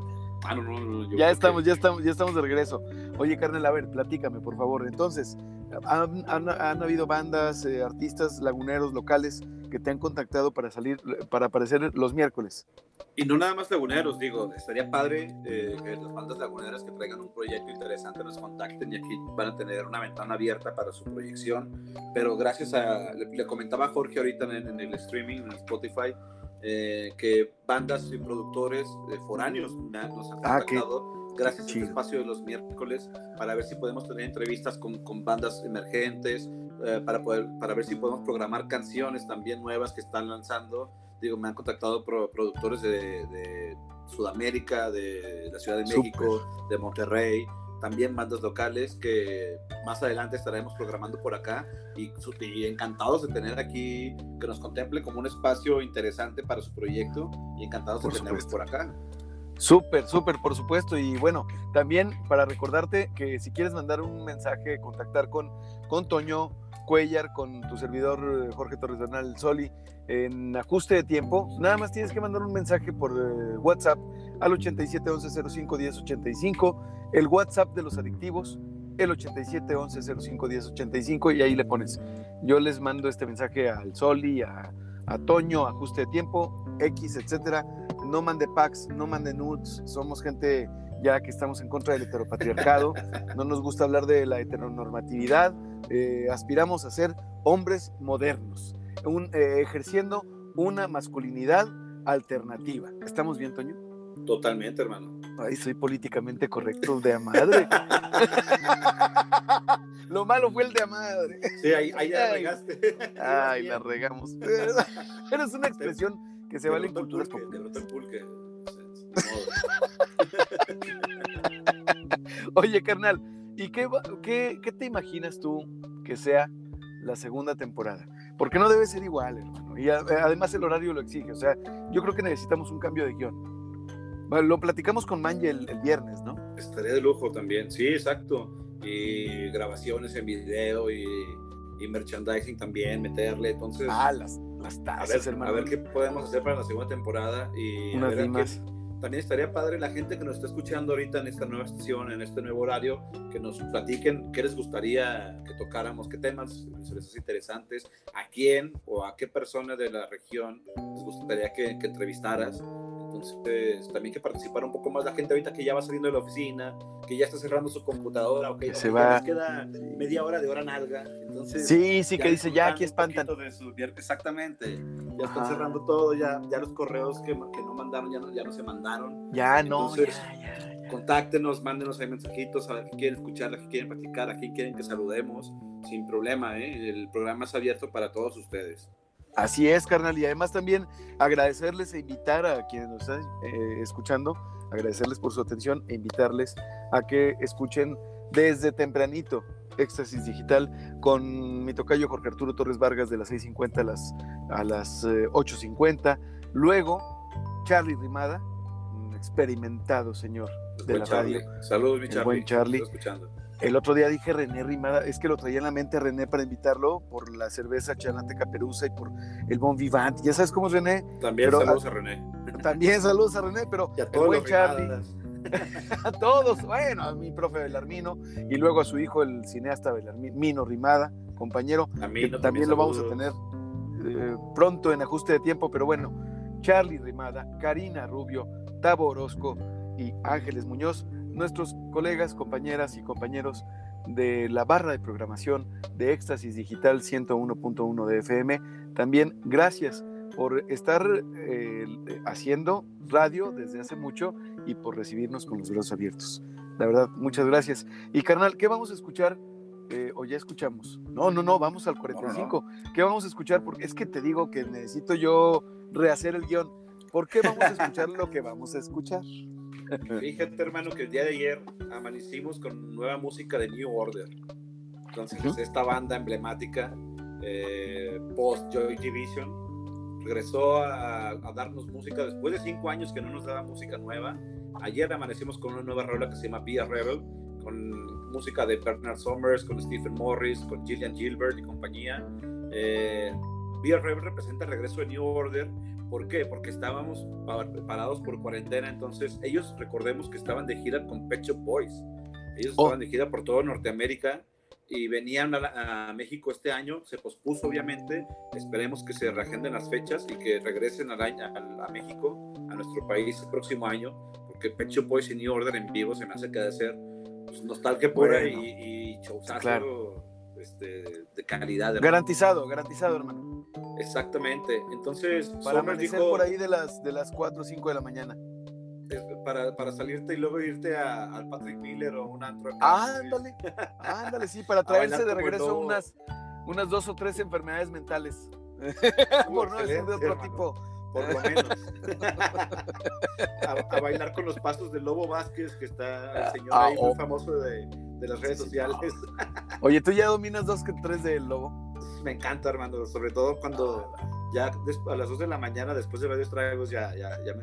S2: Ya estamos de regreso. Oye, carnal, a ver, platícame, por favor. Entonces, ¿han habido bandas, artistas laguneros locales que te han contactado para aparecer los miércoles?
S3: Y no nada más laguneros, digo, estaría padre que las bandas laguneras que traigan un proyecto interesante nos contacten, y aquí van a tener una ventana abierta para su proyección. Pero gracias le comentaba a Jorge ahorita en el streaming, en Spotify, que bandas y productores foráneos nos han contactado gracias a este espacio de los miércoles, para ver si podemos tener entrevistas con bandas emergentes, para ver si podemos programar canciones también nuevas que están lanzando. Digo, me han contactado productores de Sudamérica, de la Ciudad de México, de Monterrey, también bandas locales que más adelante estaremos programando por acá, y encantados de tener aquí, que nos contemple como un espacio interesante para su proyecto, y encantados de tenerlos por acá.
S2: Súper, por supuesto. Y bueno, también para recordarte que si quieres mandar un mensaje, contactar con Toño Cuellar, con tu servidor Jorge Torres Bernal Soli, en Ajuste de Tiempo, nada más tienes que mandar un mensaje por WhatsApp al 8711051085, el WhatsApp de los adictivos, el 8711051085, y ahí le pones, yo les mando este mensaje al Soli, a Toño, Ajuste de Tiempo, X, etcétera. No mande packs, no mande nudes, somos gente ya que estamos en contra del heteropatriarcado, no nos gusta hablar de la heteronormatividad, aspiramos a ser hombres modernos, ejerciendo una masculinidad alternativa. ¿Estamos bien, Toño?
S3: Totalmente, hermano.
S2: Ay, soy políticamente correcto de a madre. Lo malo fue el de a madre.
S3: Sí, ahí la regaste.
S2: Ay, la regamos. Pero es una expresión que se vale en culturas populares. Oye, carnal, ¿y qué te imaginas tú que sea la segunda temporada? Porque no debe ser igual, hermano. Y además el horario lo exige. O sea, yo creo que necesitamos un cambio de guión. Bueno, lo platicamos con Manje el viernes, ¿no?
S3: Estaría de lujo también. Sí, exacto. Y grabaciones en video y merchandising también, meterle. Entonces,
S2: las tazas, hermano.
S3: A ver qué podemos hacer para la segunda temporada. Y
S2: unas rimas.
S3: También estaría padre la gente que nos está escuchando ahorita en esta nueva estación, en este nuevo horario, que nos platiquen qué les gustaría que tocáramos, qué temas les hace interesantes, a quién o a qué persona de la región les gustaría que entrevistaras. Entonces, también que participara un poco más la gente ahorita que ya va saliendo de la oficina, que ya está cerrando su computadora, okay,
S2: se
S3: ya
S2: va.
S3: les queda media hora de hora nalga. Entonces,
S2: sí, que dice, ya aquí espantan.
S3: Exactamente. Ya están cerrando todo, ya los correos que no mandaron, ya no se mandaron.
S2: Ya
S3: Entonces,
S2: ya.
S3: Contáctenos, mándenos ahí mensajitos, a ver qué quieren escuchar, a qué quieren platicar, a quién quieren que saludemos, sin problema, el programa es abierto para todos ustedes.
S2: Así es, carnal, y además también agradecerles e invitar a quienes nos están escuchando, agradecerles por su atención e invitarles a que escuchen desde tempranito Éxtasis Digital con mi tocayo Jorge Arturo Torres Vargas de las 6:50 a las 8:50. Luego, Charlie Rimada, un experimentado señor de la radio.
S3: Saludos, mi Charlie.
S2: Buen Charlie.
S3: Escuchando.
S2: El otro día dije René Rimada, es que lo traía en la mente a René para invitarlo por la cerveza Chanate Caperuza y por el Bon Vivant. Ya sabes cómo es René.
S3: También saludos a René.
S2: También saludos a René, pero
S3: y a todos
S2: el buen Charlie.
S3: A
S2: todos, bueno, a mi profe Belarmino y luego a su hijo, el cineasta Belarmino Rimada, compañero, que también lo vamos a tener pronto en Ajuste de Tiempo, pero bueno, Charlie Rimada, Karina Rubio, Tavo Orozco y Ángeles Muñoz, nuestros colegas, compañeras y compañeros de la barra de programación de Éxtasis Digital 101.1 de FM. También gracias por estar haciendo radio desde hace mucho y por recibirnos con los brazos abiertos. La verdad, muchas gracias. Y carnal, ¿qué vamos a escuchar? ¿O ya escuchamos? No, vamos al 45. No. ¿Qué vamos a escuchar? Porque es que te digo que necesito yo rehacer el guión. ¿Por qué vamos a escuchar lo que vamos a escuchar?
S3: Fíjate, hermano, que el día de ayer amanecimos con nueva música de New Order. Entonces, esta banda emblemática post Joy Division regresó a darnos música después de 5 años que no nos daba música nueva. Ayer amanecimos con una nueva rola que se llama Be a Rebel, con música de Bernard Summers, con Stephen Morris, con Gillian Gilbert y compañía. Be a Rebel representa el regreso de New Order. ¿Por qué? Porque estábamos parados por cuarentena, entonces ellos, recordemos que estaban de gira con Pet Shop Boys. Ellos estaban de gira por todo Norteamérica y venían a México este año, se pospuso obviamente, esperemos que se reagenden las fechas y que regresen a México, a nuestro país el próximo año, porque Pet Shop Boys y New Order en vivo se me hace que ha de ser pues, nostalgia pura y showzazo, claro. De calidad. Hermano.
S2: Garantizado, hermano.
S3: Exactamente, entonces
S2: para amanecer por ahí de las 4 o 5 de la mañana.
S3: Para salirte y luego irte al Patrick Miller o un antro.
S2: Ándale, sí, para traerse de regreso unas 2 o 3 enfermedades mentales. Por no decir de otro tipo.
S3: Por lo menos. a bailar con los pasos de Lobo Vázquez, que está el señor ahí muy famoso de las redes sociales.
S2: Oye, ¿tú ya dominas 2 que 3 del Lobo?
S3: Me encanta, hermano, sobre todo cuando ya a las 2 de la mañana, después de varios tragos, ya me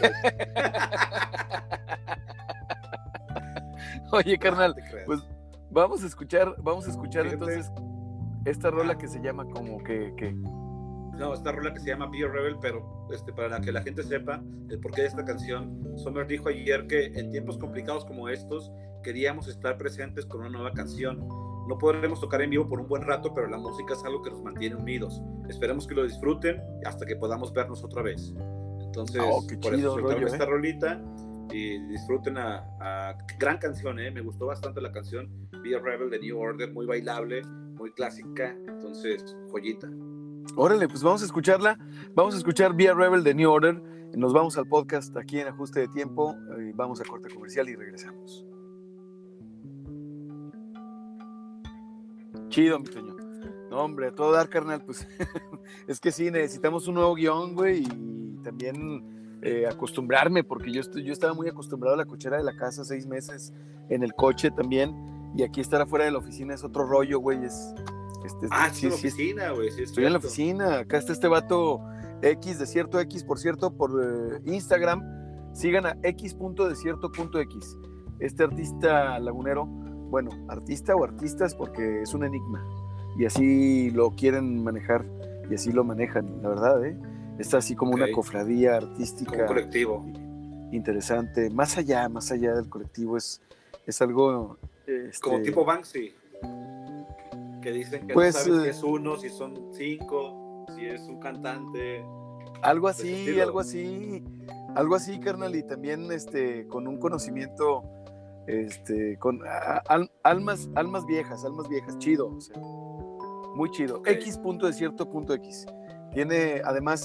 S2: Oye, carnal, pues vamos a escuchar Fíjate. Entonces esta rola que se llama como que...
S3: No, esta rola que se llama Be a Rebel, pero para que la gente sepa el porqué de esta canción, Sommer dijo ayer que en tiempos complicados como estos queríamos estar presentes con una nueva canción. No podremos tocar en vivo por un buen rato, pero la música es algo que nos mantiene unidos. Esperemos que lo disfruten hasta que podamos vernos otra vez. Entonces, por eso soltaron esta rolita y disfruten a gran canción, me gustó bastante la canción Be a Rebel de New Order, muy bailable, muy clásica, entonces, joyita.
S2: Órale, pues vamos a escucharla. Vamos a escuchar Be a Rebel de New Order. Nos vamos al podcast aquí en Ajuste de Tiempo. Vamos a corte comercial y regresamos. Chido, mi Toño. No, hombre, a todo dar, carnal. Pues es que sí, necesitamos un nuevo guión, güey. Y también acostumbrarme, porque yo estaba muy acostumbrado a la cochera de la casa, 6 meses en el coche también. Y aquí estar afuera de la oficina es otro rollo, güey.
S3: Sí, en la oficina, güey. Sí,
S2: estoy en la oficina. Acá está este vato X, Desierto X, por cierto, por Instagram. Sigan a x.desierto.x. Este artista lagunero, bueno, artista o artistas, porque es un enigma. Y así lo quieren manejar y así lo manejan, la verdad, Está así como una cofradía artística.
S3: Como un colectivo.
S2: Interesante. Más allá del colectivo, es algo...
S3: Como tipo Banksy. Que dicen que
S2: pues,
S3: no saben si es uno, si son 5, si es un cantante.
S2: Algo
S3: de ese
S2: así,
S3: estilo.
S2: algo así, carnal, y también con un conocimiento, almas viejas, chido, o sea, muy chido.
S3: Ok.
S2: X punto de cierto punto X. Tiene, además,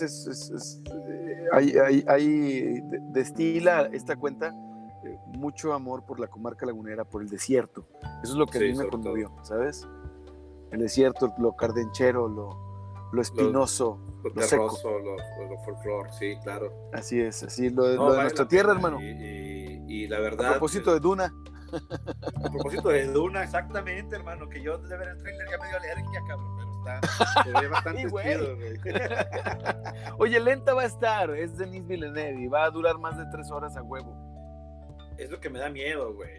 S2: destila esta cuenta mucho amor por la comarca lagunera, por el desierto. Eso es lo que a
S3: Sí,
S2: mí me
S3: sobre
S2: conmovió, ¿sabes? El desierto, lo cardenchero, lo espinoso,
S3: Lo
S2: lo seco.
S3: terroso, lo folclore, sí, claro.
S2: Así es, así lo de
S3: Vale
S2: nuestra
S3: la
S2: tierra,
S3: pena.
S2: hermano.
S3: Y la
S2: A
S3: verdad,
S2: propósito de Duna.
S3: a propósito de Duna, exactamente, hermano, que yo de ver el trailer ya me dio alergia, cabrón, pero se ve bastante
S2: Sí, güey.
S3: chido, güey.
S2: Oye, lenta va a estar, es Denis Villeneuve y va a durar más de 3 horas a huevo.
S3: Es lo que me da miedo, güey.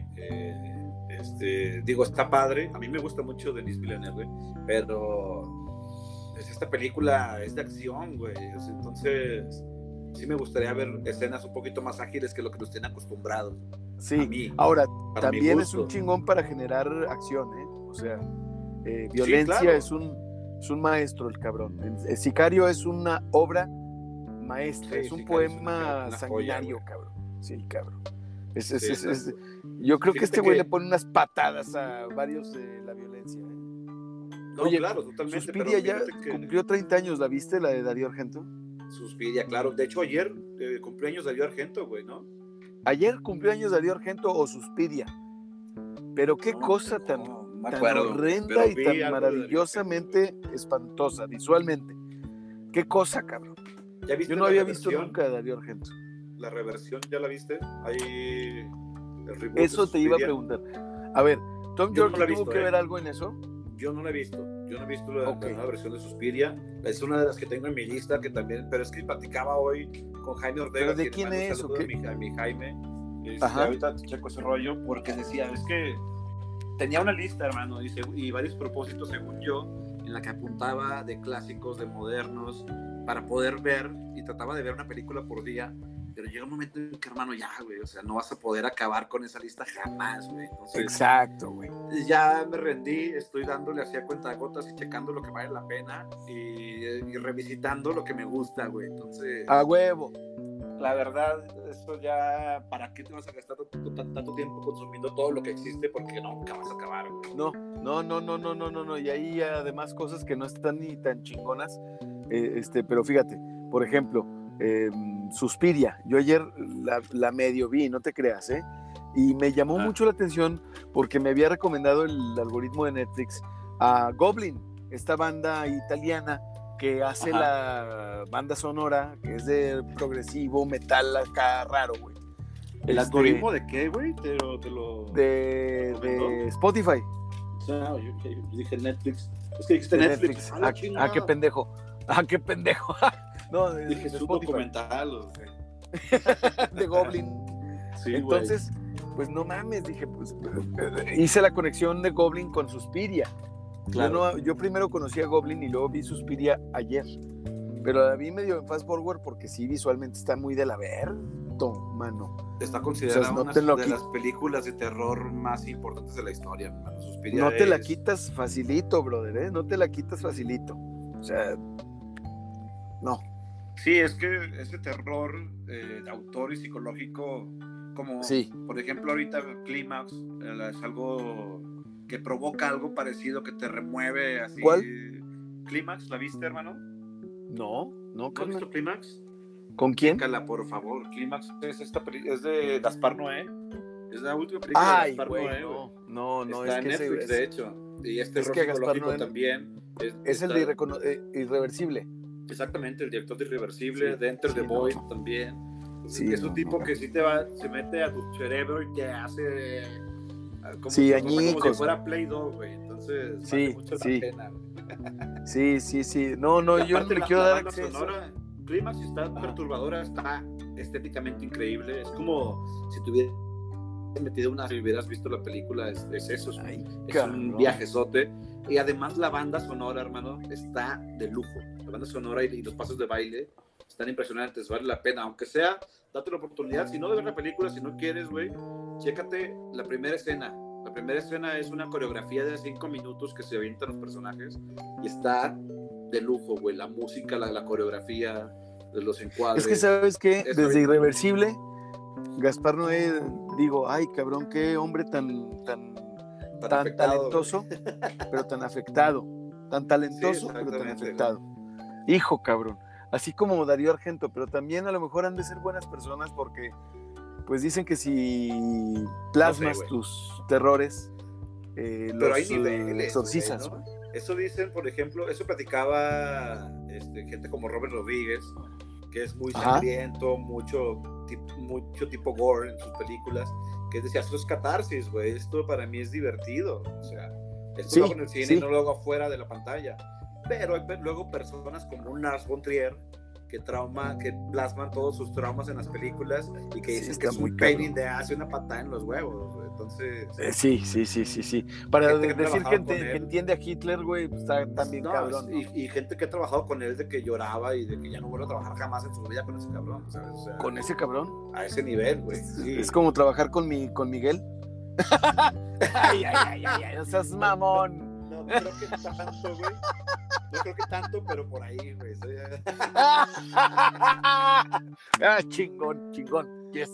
S3: Digo, está padre. A mí me gusta mucho Denis Villeneuve, güey, pero esta película es de acción, güey. Entonces, sí me gustaría ver escenas un poquito más ágiles que lo que nos tienen acostumbrados.
S2: Sí,
S3: A mí,
S2: ahora,
S3: para mi
S2: también es
S3: gusto.
S2: un chingón para generar acción, ¿eh? O sea, violencia,
S3: claro.
S2: es un maestro el cabrón. El Sicario es una obra maestra,
S3: Sí,
S2: es un
S3: Sicario es
S2: poema
S3: una
S2: sanguinario,
S3: joya,
S2: cabrón. Sí, cabrón.
S3: Sí,
S2: Yo creo que
S3: fíjate
S2: este güey
S3: que-
S2: le pone unas patadas a varios de la violencia, ¿eh?
S3: No,
S2: Oye,
S3: claro, totalmente.
S2: Suspiria
S3: Pero
S2: ya
S3: fíjate que
S2: cumplió 30 años, ¿la viste, la de Darío Argento?
S3: Suspiria, claro. De hecho, ayer cumpleaños de Darío Argento, güey, ¿no?
S2: Ayer cumplió años Darío Argento o Suspiria, pero qué
S3: No,
S2: cosa
S3: no,
S2: tan,
S3: no me
S2: tan
S3: acuerdo,
S2: horrenda
S3: pero
S2: y
S3: vi
S2: tan
S3: algo de Darío
S2: maravillosamente espantosa visualmente. Qué cosa, cabrón.
S3: ¿Ya viste
S2: Yo no
S3: la
S2: había visto
S3: reversión?
S2: nunca a Darío Argento.
S3: La reversión, ¿ya la viste? Ahí el reboot de
S2: Eso te iba a
S3: Suspiria.
S2: preguntar. A ver, ¿Tom
S3: Yo no
S2: York
S3: la he
S2: tuvo
S3: visto,
S2: que ver algo en eso?
S3: Yo no la he visto. Yo no he visto la
S2: Ok.
S3: nueva versión de Suspiria. Es una de las que tengo en mi lista que también, pero es que platicaba hoy con Jaime Ortega.
S2: ¿Pero de
S3: que le
S2: quién
S3: mando un
S2: es,
S3: saludo
S2: o qué?
S3: a mi Jaime.
S2: Ajá.
S3: Ahorita te checo ese rollo porque decía, es que tenía una lista, hermano, y varios propósitos, según yo, en la que apuntaba de clásicos, de modernos, para poder ver, y trataba de ver una película por día, pero llega un momento en que, hermano, ya, güey, o sea, no vas a poder acabar con esa lista jamás, güey. Entonces,
S2: Exacto, güey.
S3: ya me rendí, estoy dándole así a cuentagotas y checando lo que vale la pena y revisitando lo que me gusta, güey. Entonces,
S2: A huevo.
S3: la verdad, eso ya, ¿para qué te vas a gastar tanto tiempo consumiendo todo lo que existe? Porque nunca vas a acabar, güey.
S2: No. Y ahí además cosas que no están ni tan chingonas. Pero fíjate, por ejemplo, Suspiria. Yo ayer la medio vi, no te creas, ¿eh? Y me llamó mucho la atención porque me había recomendado el algoritmo de Netflix a Goblin, esta banda italiana que hace la banda sonora, que es de progresivo, metal acá raro, güey.
S3: ¿El algoritmo de qué, güey?
S2: De Spotify.
S3: Yo dije Netflix. Es que dijiste
S2: De
S3: Netflix.
S2: Qué pendejo. Qué pendejo. No,
S3: Dije, es un documental.
S2: De Goblin.
S3: Sí,
S2: entonces, pues no mames, dije, pues hice la conexión de Goblin con Suspiria. Claro. Yo primero conocí a Goblin y luego vi Suspiria ayer. Pero la vi medio en fast forward porque sí, visualmente está muy de la mano.
S3: Está considerada
S2: no
S3: una de las películas de terror más importantes de la historia, hermano. Suspiria
S2: no te la quitas facilito, brother, ¿eh? No te la quitas facilito. O sea, no.
S3: Sí, es que ese terror de autor y psicológico, como por ejemplo ahorita Clímax, es algo que provoca algo parecido, que te remueve así.
S2: ¿Cuál?
S3: ¿Clímax? ¿La viste, hermano?
S2: No,
S3: ¿No has visto Clímax?
S2: ¿Con quién?
S3: Chécala, por favor. Clímax es de Gaspar Noé. Es la última película de Gaspar Noé.
S2: No,
S3: está
S2: es
S3: en
S2: que
S3: Netflix, de hecho. Y este
S2: es
S3: terror
S2: que
S3: psicológico
S2: Noé
S3: también.
S2: Es el de Irreversible.
S3: Exactamente, el director de Irreversible, de Enter the Void también. Es un tipo que sí se mete a tu cerebro y te hace como si fuera Play-Doh, güey. Entonces, vale mucho la pena, güey.
S2: Sí. No, yo no le quiero dar acceso.
S3: Sonora, Clímax está perturbadora, está estéticamente increíble. Es como si te hubieras metido si hubieras visto la película, es eso. Es un viajezote. Y además la banda sonora, hermano, está de lujo. La banda sonora y los pasos de baile están impresionantes, vale la pena. Aunque sea, date la oportunidad, si no de ver la película, si no quieres, güey, chécate la primera escena. La primera escena es una coreografía de 5 minutos que se avientan los personajes y está de lujo, güey. La música, la coreografía, de los encuadres.
S2: Es que, ¿sabes qué?
S3: Eso
S2: Desde
S3: ahorita-
S2: Irreversible, Gaspar Noé, digo, ay, cabrón, qué hombre tan
S3: afectado,
S2: talentoso, pero tan afectado. Tan talentoso,
S3: Sí,
S2: pero tan
S3: exactamente,
S2: afectado. Hijo, cabrón. Así como Darío Argento, pero también a lo mejor han de ser buenas personas porque, pues dicen que si plasmas
S3: güey.
S2: tus terrores,
S3: Pero
S2: los
S3: hay niveles,
S2: exorcizas.
S3: güey, ¿no? Eso dicen, por ejemplo, eso platicaba gente como Robert Rodríguez, que es muy
S2: Ajá.
S3: sangriento, mucho tipo gore en sus películas, que decía, esto es catarsis, güey, esto para mí es divertido, o sea, esto
S2: Sí,
S3: lo hago en el cine
S2: sí.
S3: y no lo hago afuera de la pantalla. Pero hay luego personas como un Lars von Trier que plasman todos sus traumas en las películas y que
S2: Sí,
S3: dicen
S2: está
S3: que es
S2: muy
S3: un
S2: cabrón.
S3: pain in the ass y una patada en los huevos, güey. Entonces,
S2: Sí. Para
S3: Gente que
S2: decir
S3: trabajaba con
S2: que
S3: él.
S2: entiende a Hitler, güey, pues está también
S3: no,
S2: cabrón, ¿no?
S3: y gente que ha trabajado con él de que lloraba y de que ya no vuelve a trabajar jamás en su vida con ese cabrón, ¿sabes? O sea,
S2: Con ese cabrón.
S3: a ese nivel, güey. Sí.
S2: Es como trabajar con Miguel. ay, no seas mamón.
S3: No creo que tanto, güey. No creo que tanto, pero por ahí, güey.
S2: Chingón. Yes.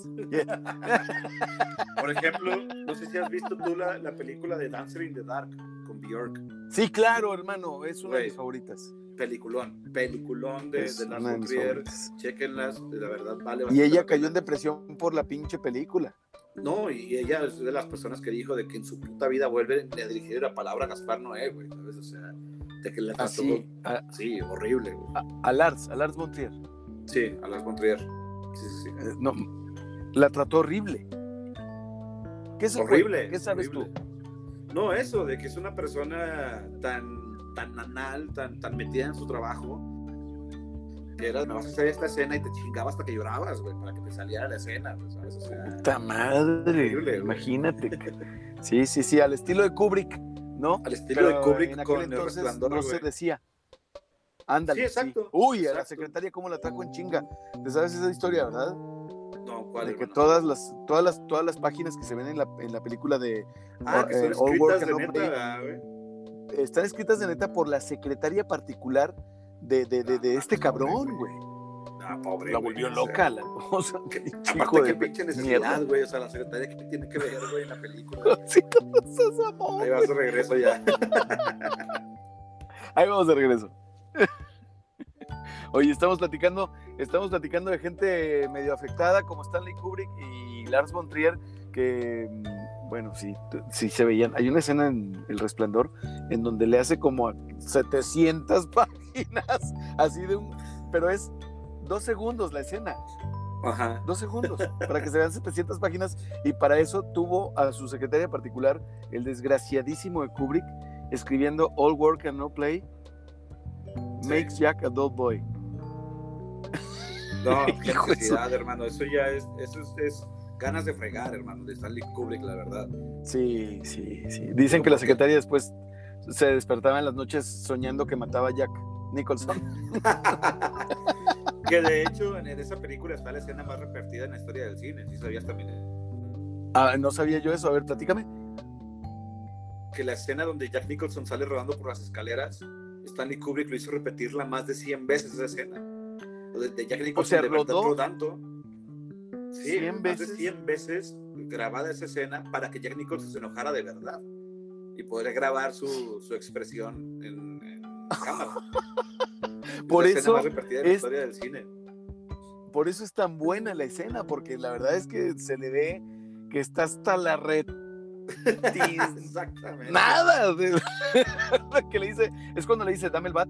S3: Por ejemplo, no sé si has visto tú la película de Dancer in the Dark con Björk.
S2: Sí, claro, hermano, es una de
S3: Güey.
S2: mis favoritas.
S3: Peliculón de
S2: Es
S3: Lars
S2: una de
S3: von
S2: mis
S3: Trier.
S2: favoritas.
S3: Chéquenlas, la verdad vale
S2: Y
S3: bastante
S2: ella
S3: la
S2: cayó
S3: pena.
S2: en depresión por la pinche película.
S3: No, y ella es de las personas que dijo de que en su puta vida vuelve a dirigir la palabra a Gaspar Noé, güey, ¿sabes? O sea, de que le trató...
S2: Así,
S3: Sí, horrible, güey.
S2: a Lars von Trier.
S3: Sí, a Lars von Trier. Sí.
S2: No, la trató horrible. ¿Qué se
S3: Horrible.
S2: cuenta? ¿Qué sabes
S3: horrible.
S2: tú?
S3: No, eso, de que es una persona tan anal, tan metida en su trabajo, que era, me vas a hacer esta escena y te chingaba hasta que llorabas, güey, para que te saliera la escena, pues, ¿sabes? O sea,
S2: ¡Puta madre!
S3: Horrible, güey.
S2: Imagínate. Sí, al estilo de Kubrick, ¿no?
S3: al estilo
S2: Pero
S3: de Kubrick
S2: en aquel
S3: con El
S2: entonces
S3: Resplandor,
S2: no
S3: güey.
S2: se decía. Ándale.
S3: Sí, exacto,
S2: Uy, a la
S3: exacto.
S2: secretaria cómo la trajo en chinga. ¿Te sabes esa historia, verdad?
S3: No, ¿cuál,
S2: De que
S3: hermano?
S2: todas las páginas que se ven en la película de
S3: Que son
S2: All Work
S3: escritas
S2: and
S3: de
S2: No
S3: neta,
S2: Play,
S3: ¿verdad, güey?
S2: están escritas de neta por la secretaria particular de este cabrón, güey.
S3: Pobre,
S2: La
S3: güey,
S2: volvió
S3: o sea,
S2: loca, la cosa.
S3: Aparte,
S2: Hijo
S3: qué
S2: de
S3: pinche
S2: mierda.
S3: necesidad, güey. O sea, la secretaria, ¿qué tiene que ver, güey, en la película?
S2: Sí, no seas mamón,
S3: Ahí vas de regreso ya.
S2: Ahí vamos de regreso. Oye, estamos platicando de gente medio afectada como Stanley Kubrick y Lars von Trier, que, bueno, sí se veían. Hay una escena en El Resplandor en donde le hace como a 700 páginas, así pero es 2 segundos la escena.
S3: Ajá.
S2: 2 segundos, para que se vean 700 páginas, y para eso tuvo a su secretaria particular, el desgraciadísimo de Kubrick, escribiendo All Work and No Play makes Jack a dull boy.
S3: No, qué
S2: Hijo de
S3: necesidad, hermano. Eso es ganas de fregar, hermano, de Stanley Kubrick, la verdad.
S2: Sí. Dicen que la secretaria después se despertaba en las noches soñando que mataba a Jack Nicholson.
S3: Que de hecho en esa película está la escena más repetida en la historia del cine. ¿Sí sabías también?
S2: No sabía yo eso. A ver, platícame.
S3: Que la escena donde Jack Nicholson sale rodando por las escaleras, Stanley Kubrick lo hizo repetirla más de 100 veces esa escena. De Jack Nicholson,
S2: O sea,
S3: de verdad
S2: rodó
S3: rodando. Sí,
S2: 100
S3: más
S2: veces.
S3: de 100 veces grabada esa escena para que Jack Nicholson se enojara de verdad y poder grabar su expresión en cámara.
S2: Por
S3: Es la escena
S2: eso
S3: más repetida en la historia del cine.
S2: Por eso es tan buena la escena, porque la verdad es que se le ve que está hasta la red.
S3: Exactamente.
S2: Nada. Que le dice, es cuando le dice, dame el bat.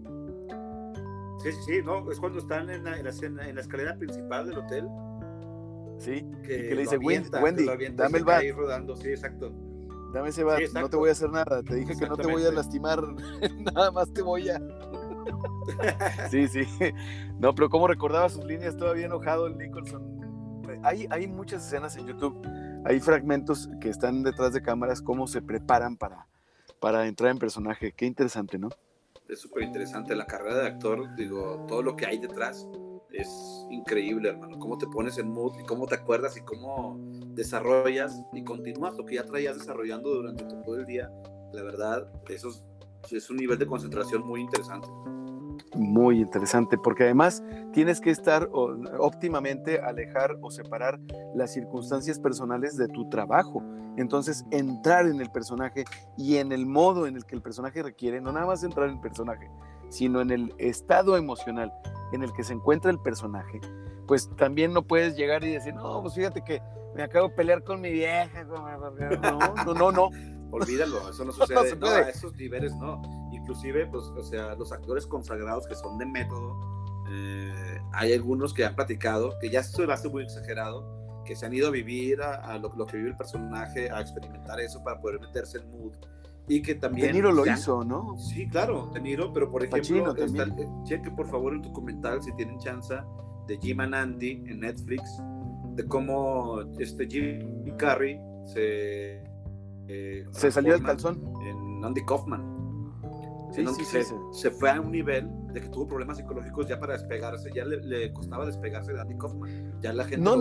S3: Sí, no, es cuando están en la escalera principal del hotel.
S2: Sí,
S3: Que
S2: le dice,
S3: lo avienta,
S2: Wendy,
S3: que lo avienta y
S2: dame
S3: se
S2: el bat.
S3: cae rodando, sí, exacto.
S2: Dame ese bat,
S3: Sí, exacto.
S2: no te voy a hacer nada. Te dije que no te voy a lastimar, nada más te voy a... Sí. No, pero cómo recordaba sus líneas, todavía enojado el Nicholson. Hay muchas escenas en YouTube, hay fragmentos que están detrás de cámaras, cómo se preparan para entrar en personaje. Qué interesante, ¿no?
S3: Es súper interesante la carrera de actor, digo, todo lo que hay detrás es increíble, hermano. Cómo te pones en mood y cómo te acuerdas y cómo desarrollas y continúas lo que ya traías desarrollando durante todo el día. La verdad, eso es un nivel de concentración muy interesante.
S2: Muy interesante, porque además tienes que estar óptimamente alejar o separar las circunstancias personales de tu trabajo. Entonces, entrar en el personaje y en el modo en el que el personaje requiere, no nada más entrar en el personaje, sino en el estado emocional en el que se encuentra el personaje, pues también no puedes llegar y decir, no, pues fíjate que me acabo de pelear con mi vieja. No.
S3: Olvídalo, eso no sucede.
S2: No,
S3: a esos niveles no. Inclusive, pues, o sea, los actores consagrados que son de método, hay algunos que han platicado, que ya se lo hace muy exagerado, que se han ido a vivir a lo que vive el personaje, a experimentar eso para poder meterse en mood. Y que también...
S2: De Niro lo hizo, ¿no?
S3: Sí, claro, De Niro, pero por ejemplo,
S2: Pacino
S3: cheque por favor el documental, si tienen chance, de Jim and Andy en Netflix, de cómo Jim Carrey se
S2: salió del calzón
S3: en Andy Kaufman.
S2: Sí,
S3: se fue a un nivel de que tuvo problemas psicológicos ya para despegarse, ya le costaba despegarse de Andy Kaufman. Ya la gente
S2: no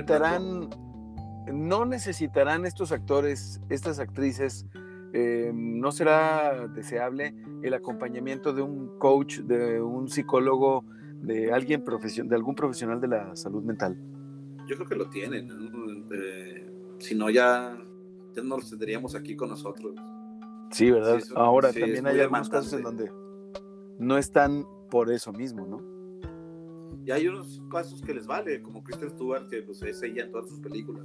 S2: necesitarán estos actores, estas actrices, no será deseable el acompañamiento de un coach, de un psicólogo, de alguien de algún profesional de la salud mental.
S3: Yo creo que lo tienen, ¿no? Si no ya no los tendríamos aquí con nosotros.
S2: Sí, ¿verdad?
S3: Sí,
S2: ahora
S3: sí,
S2: también hay algunos casos en donde no están por eso mismo, ¿no?
S3: Y hay unos casos que les vale, como Kristen Stewart, que pues, es ella en todas sus películas.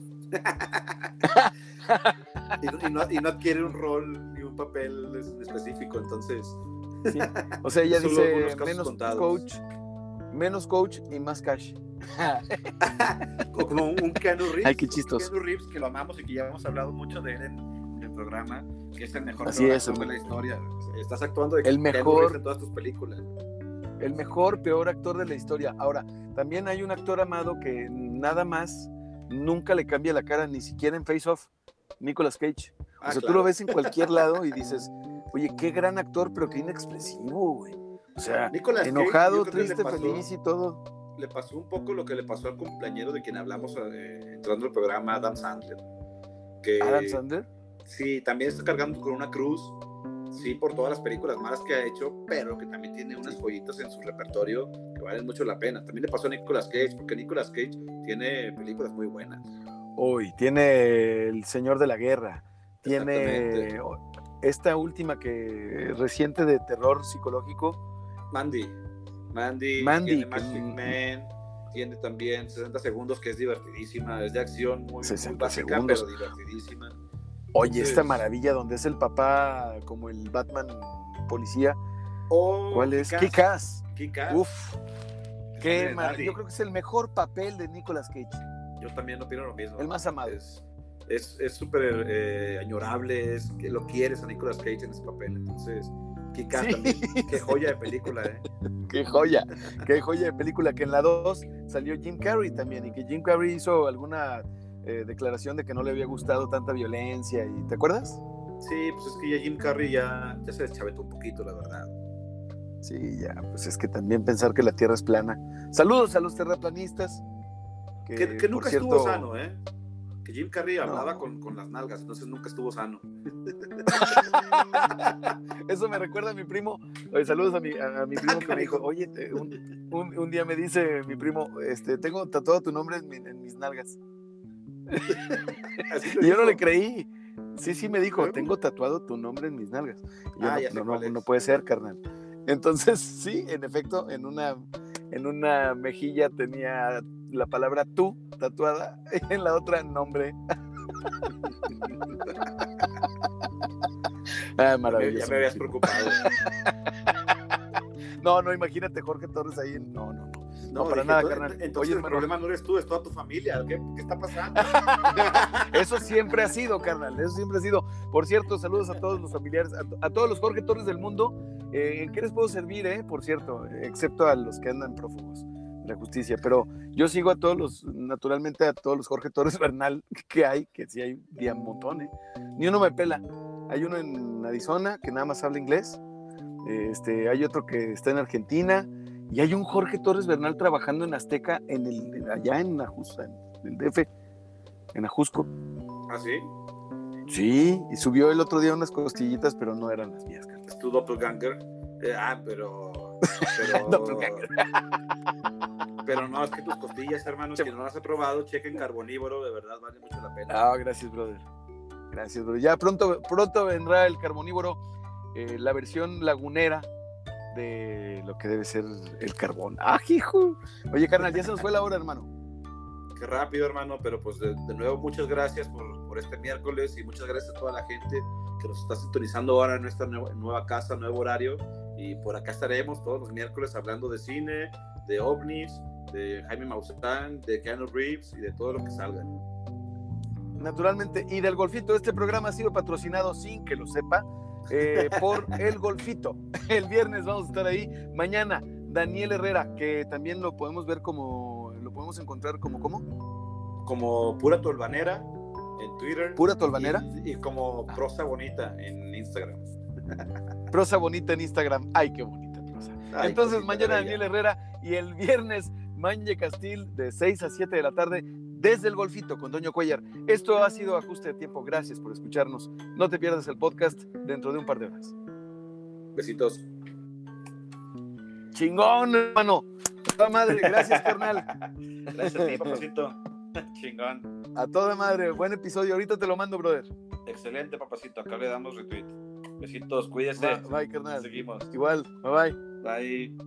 S3: y no adquiere un rol ni un papel específico, entonces...
S2: Sí. O sea, ella dice menos coach y más cash.
S3: Como un Keanu Reeves.
S2: Ay, qué chistoso.
S3: Keanu Reeves, que lo amamos y que ya hemos hablado mucho de él en el programa, que es el mejor
S2: actor
S3: de la historia. Estás actuando de
S2: el mejor
S3: en todas tus películas.
S2: El mejor, peor actor de la historia. Ahora, también hay un actor amado que nada más nunca le cambia la cara, ni siquiera en Face Off, Nicolas Cage. O sea,
S3: claro.
S2: Tú lo ves en cualquier lado y dices, oye, qué gran actor, pero qué inexpresivo, güey. O sea,
S3: Nicolas
S2: enojado,
S3: Cage,
S2: triste, feliz y todo.
S3: Le pasó un poco lo que le pasó al compañero de quien hablamos entrando al programa, Adam Sandler.
S2: ¿Adam Sandler?
S3: Sí, también está cargando con una cruz, sí, por todas las películas malas que ha hecho, pero que también tiene unas joyitas en su repertorio que valen mucho la pena. También le pasó a Nicolas Cage, porque Nicolas Cage tiene películas muy buenas.
S2: Hoy tiene El Señor de la Guerra, tiene esta última que reciente de terror psicológico,
S3: Mandy, tiene Magic Man, tiene también 60 segundos, que es divertidísima, es de acción muy básica,
S2: segundos.
S3: pero divertidísima.
S2: Oye, entonces, esta maravilla donde es el papá como el Batman policía. ¿Cuál es? Kick-Ass.
S3: Uf,
S2: qué maravilla. Yo creo que es el mejor papel de Nicolas Cage.
S3: Yo también opino lo mismo.
S2: El más amado.
S3: Es súper añorable, es que lo quieres a Nicolas Cage en ese papel. Entonces, Kick-Ass también. Qué joya de película,
S2: Qué joya de película. Que en la 2 salió Jim Carrey también, y que Jim Carrey hizo alguna declaración de que no le había gustado tanta violencia. ¿Y te acuerdas?
S3: Sí, pues es que ya Jim Carrey ya se deschavetó un poquito, la verdad.
S2: Sí, ya, pues es que también pensar que la Tierra es plana. Saludos a los terraplanistas.
S3: Que nunca estuvo sano, Que Jim Carrey hablaba con las nalgas, entonces nunca estuvo sano.
S2: Eso me recuerda a mi primo. Oye, saludos a mi primo que me dijo, oye, un día me dice mi primo, tengo tatuado tu nombre en mis nalgas. Y yo no le creí. Sí, me dijo, tengo tatuado tu nombre en mis nalgas. Y yo, no puede ser, carnal. Entonces, sí, en efecto, en una mejilla tenía la palabra tú tatuada, y en la otra nombre. Maravilloso.
S3: Ya me habías preocupado.
S2: No, imagínate Jorge Torres ahí. No, para nada, carnal.
S3: Entonces el problema no eres tú, es toda tu familia. ¿Qué está pasando?
S2: Eso siempre ha sido, carnal. Eso siempre ha sido. Por cierto, saludos a todos los familiares, a todos los Jorge Torres del mundo. ¿En qué les puedo servir, por cierto? Excepto a los que andan prófugos de la justicia. Pero yo sigo naturalmente a todos los Jorge Torres Bernal que hay, que sí hay día un montón, Ni uno me pela. Hay uno en Arizona que nada más habla inglés. Hay otro que está en Argentina. Y hay un Jorge Torres Bernal trabajando en Azteca, allá en Ajusco, en el DF, en Ajusco.
S3: ¿Ah, sí?
S2: Sí, y subió el otro día unas costillitas, pero no eran las mías, Carlos.
S3: ¿Es tu doppelganger? Pero Pero,
S2: Doppelganger.
S3: pero no, es que tus costillas, hermanos, si no las has probado, chequen Carbonívoro, de verdad vale mucho la pena.
S2: Ah, gracias, brother. Gracias, brother. Ya pronto vendrá el Carbonívoro, la versión lagunera de lo que debe ser el carbón. ¡Ah, hijo! Oye, carnal, ya se nos fue la hora, hermano.
S3: Qué rápido, hermano, pero pues de nuevo muchas gracias por este miércoles y muchas gracias a toda la gente que nos está sintonizando ahora en nuestra nueva casa, nuevo horario, y por acá estaremos todos los miércoles hablando de cine, de ovnis, de Jaime Maussan, de Keanu Reeves y de todo lo que salga.
S2: Naturalmente, y del Golfito. Este programa ha sido patrocinado, sin que lo sepa, por el Golfito. El viernes vamos a estar ahí. Mañana, Daniel Herrera, que también lo podemos ver lo podemos encontrar como
S3: Pura Tolvanera en Twitter.
S2: Pura Tolvanera.
S3: Y como Prosa Bonita en Instagram.
S2: Prosa Bonita en Instagram. Ay, qué bonita prosa.
S3: Ay,
S2: entonces,
S3: cosita
S2: mañana
S3: bella.
S2: Daniel Herrera y el viernes Manje Castil de 6 a 7 de la tarde desde el Golfito con Toño Cuellar. Esto ha sido Ajuste de Tiempo. Gracias por escucharnos. No te pierdas el podcast dentro de un par de horas.
S3: Besitos.
S2: Chingón, hermano. A toda madre. Gracias, carnal.
S3: Gracias a ti, papacito. Chingón.
S2: A toda madre. Buen episodio. Ahorita te lo mando, brother.
S3: Excelente, papacito. Acá le damos retweet. Besitos, cuídese.
S2: Bye, carnal.
S3: Seguimos.
S2: Igual. Bye, bye.
S3: Bye.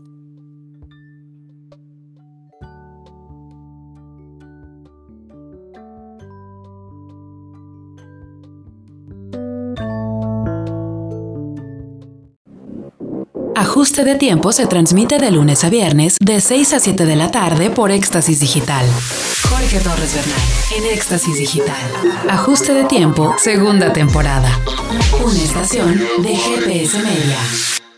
S1: Ajuste de Tiempo se transmite de lunes a viernes de 6 a 7 de la tarde por Éxtasis Digital. Jorge Torres Bernal en Éxtasis Digital. Ajuste de Tiempo, segunda temporada. Una estación de GPS Media.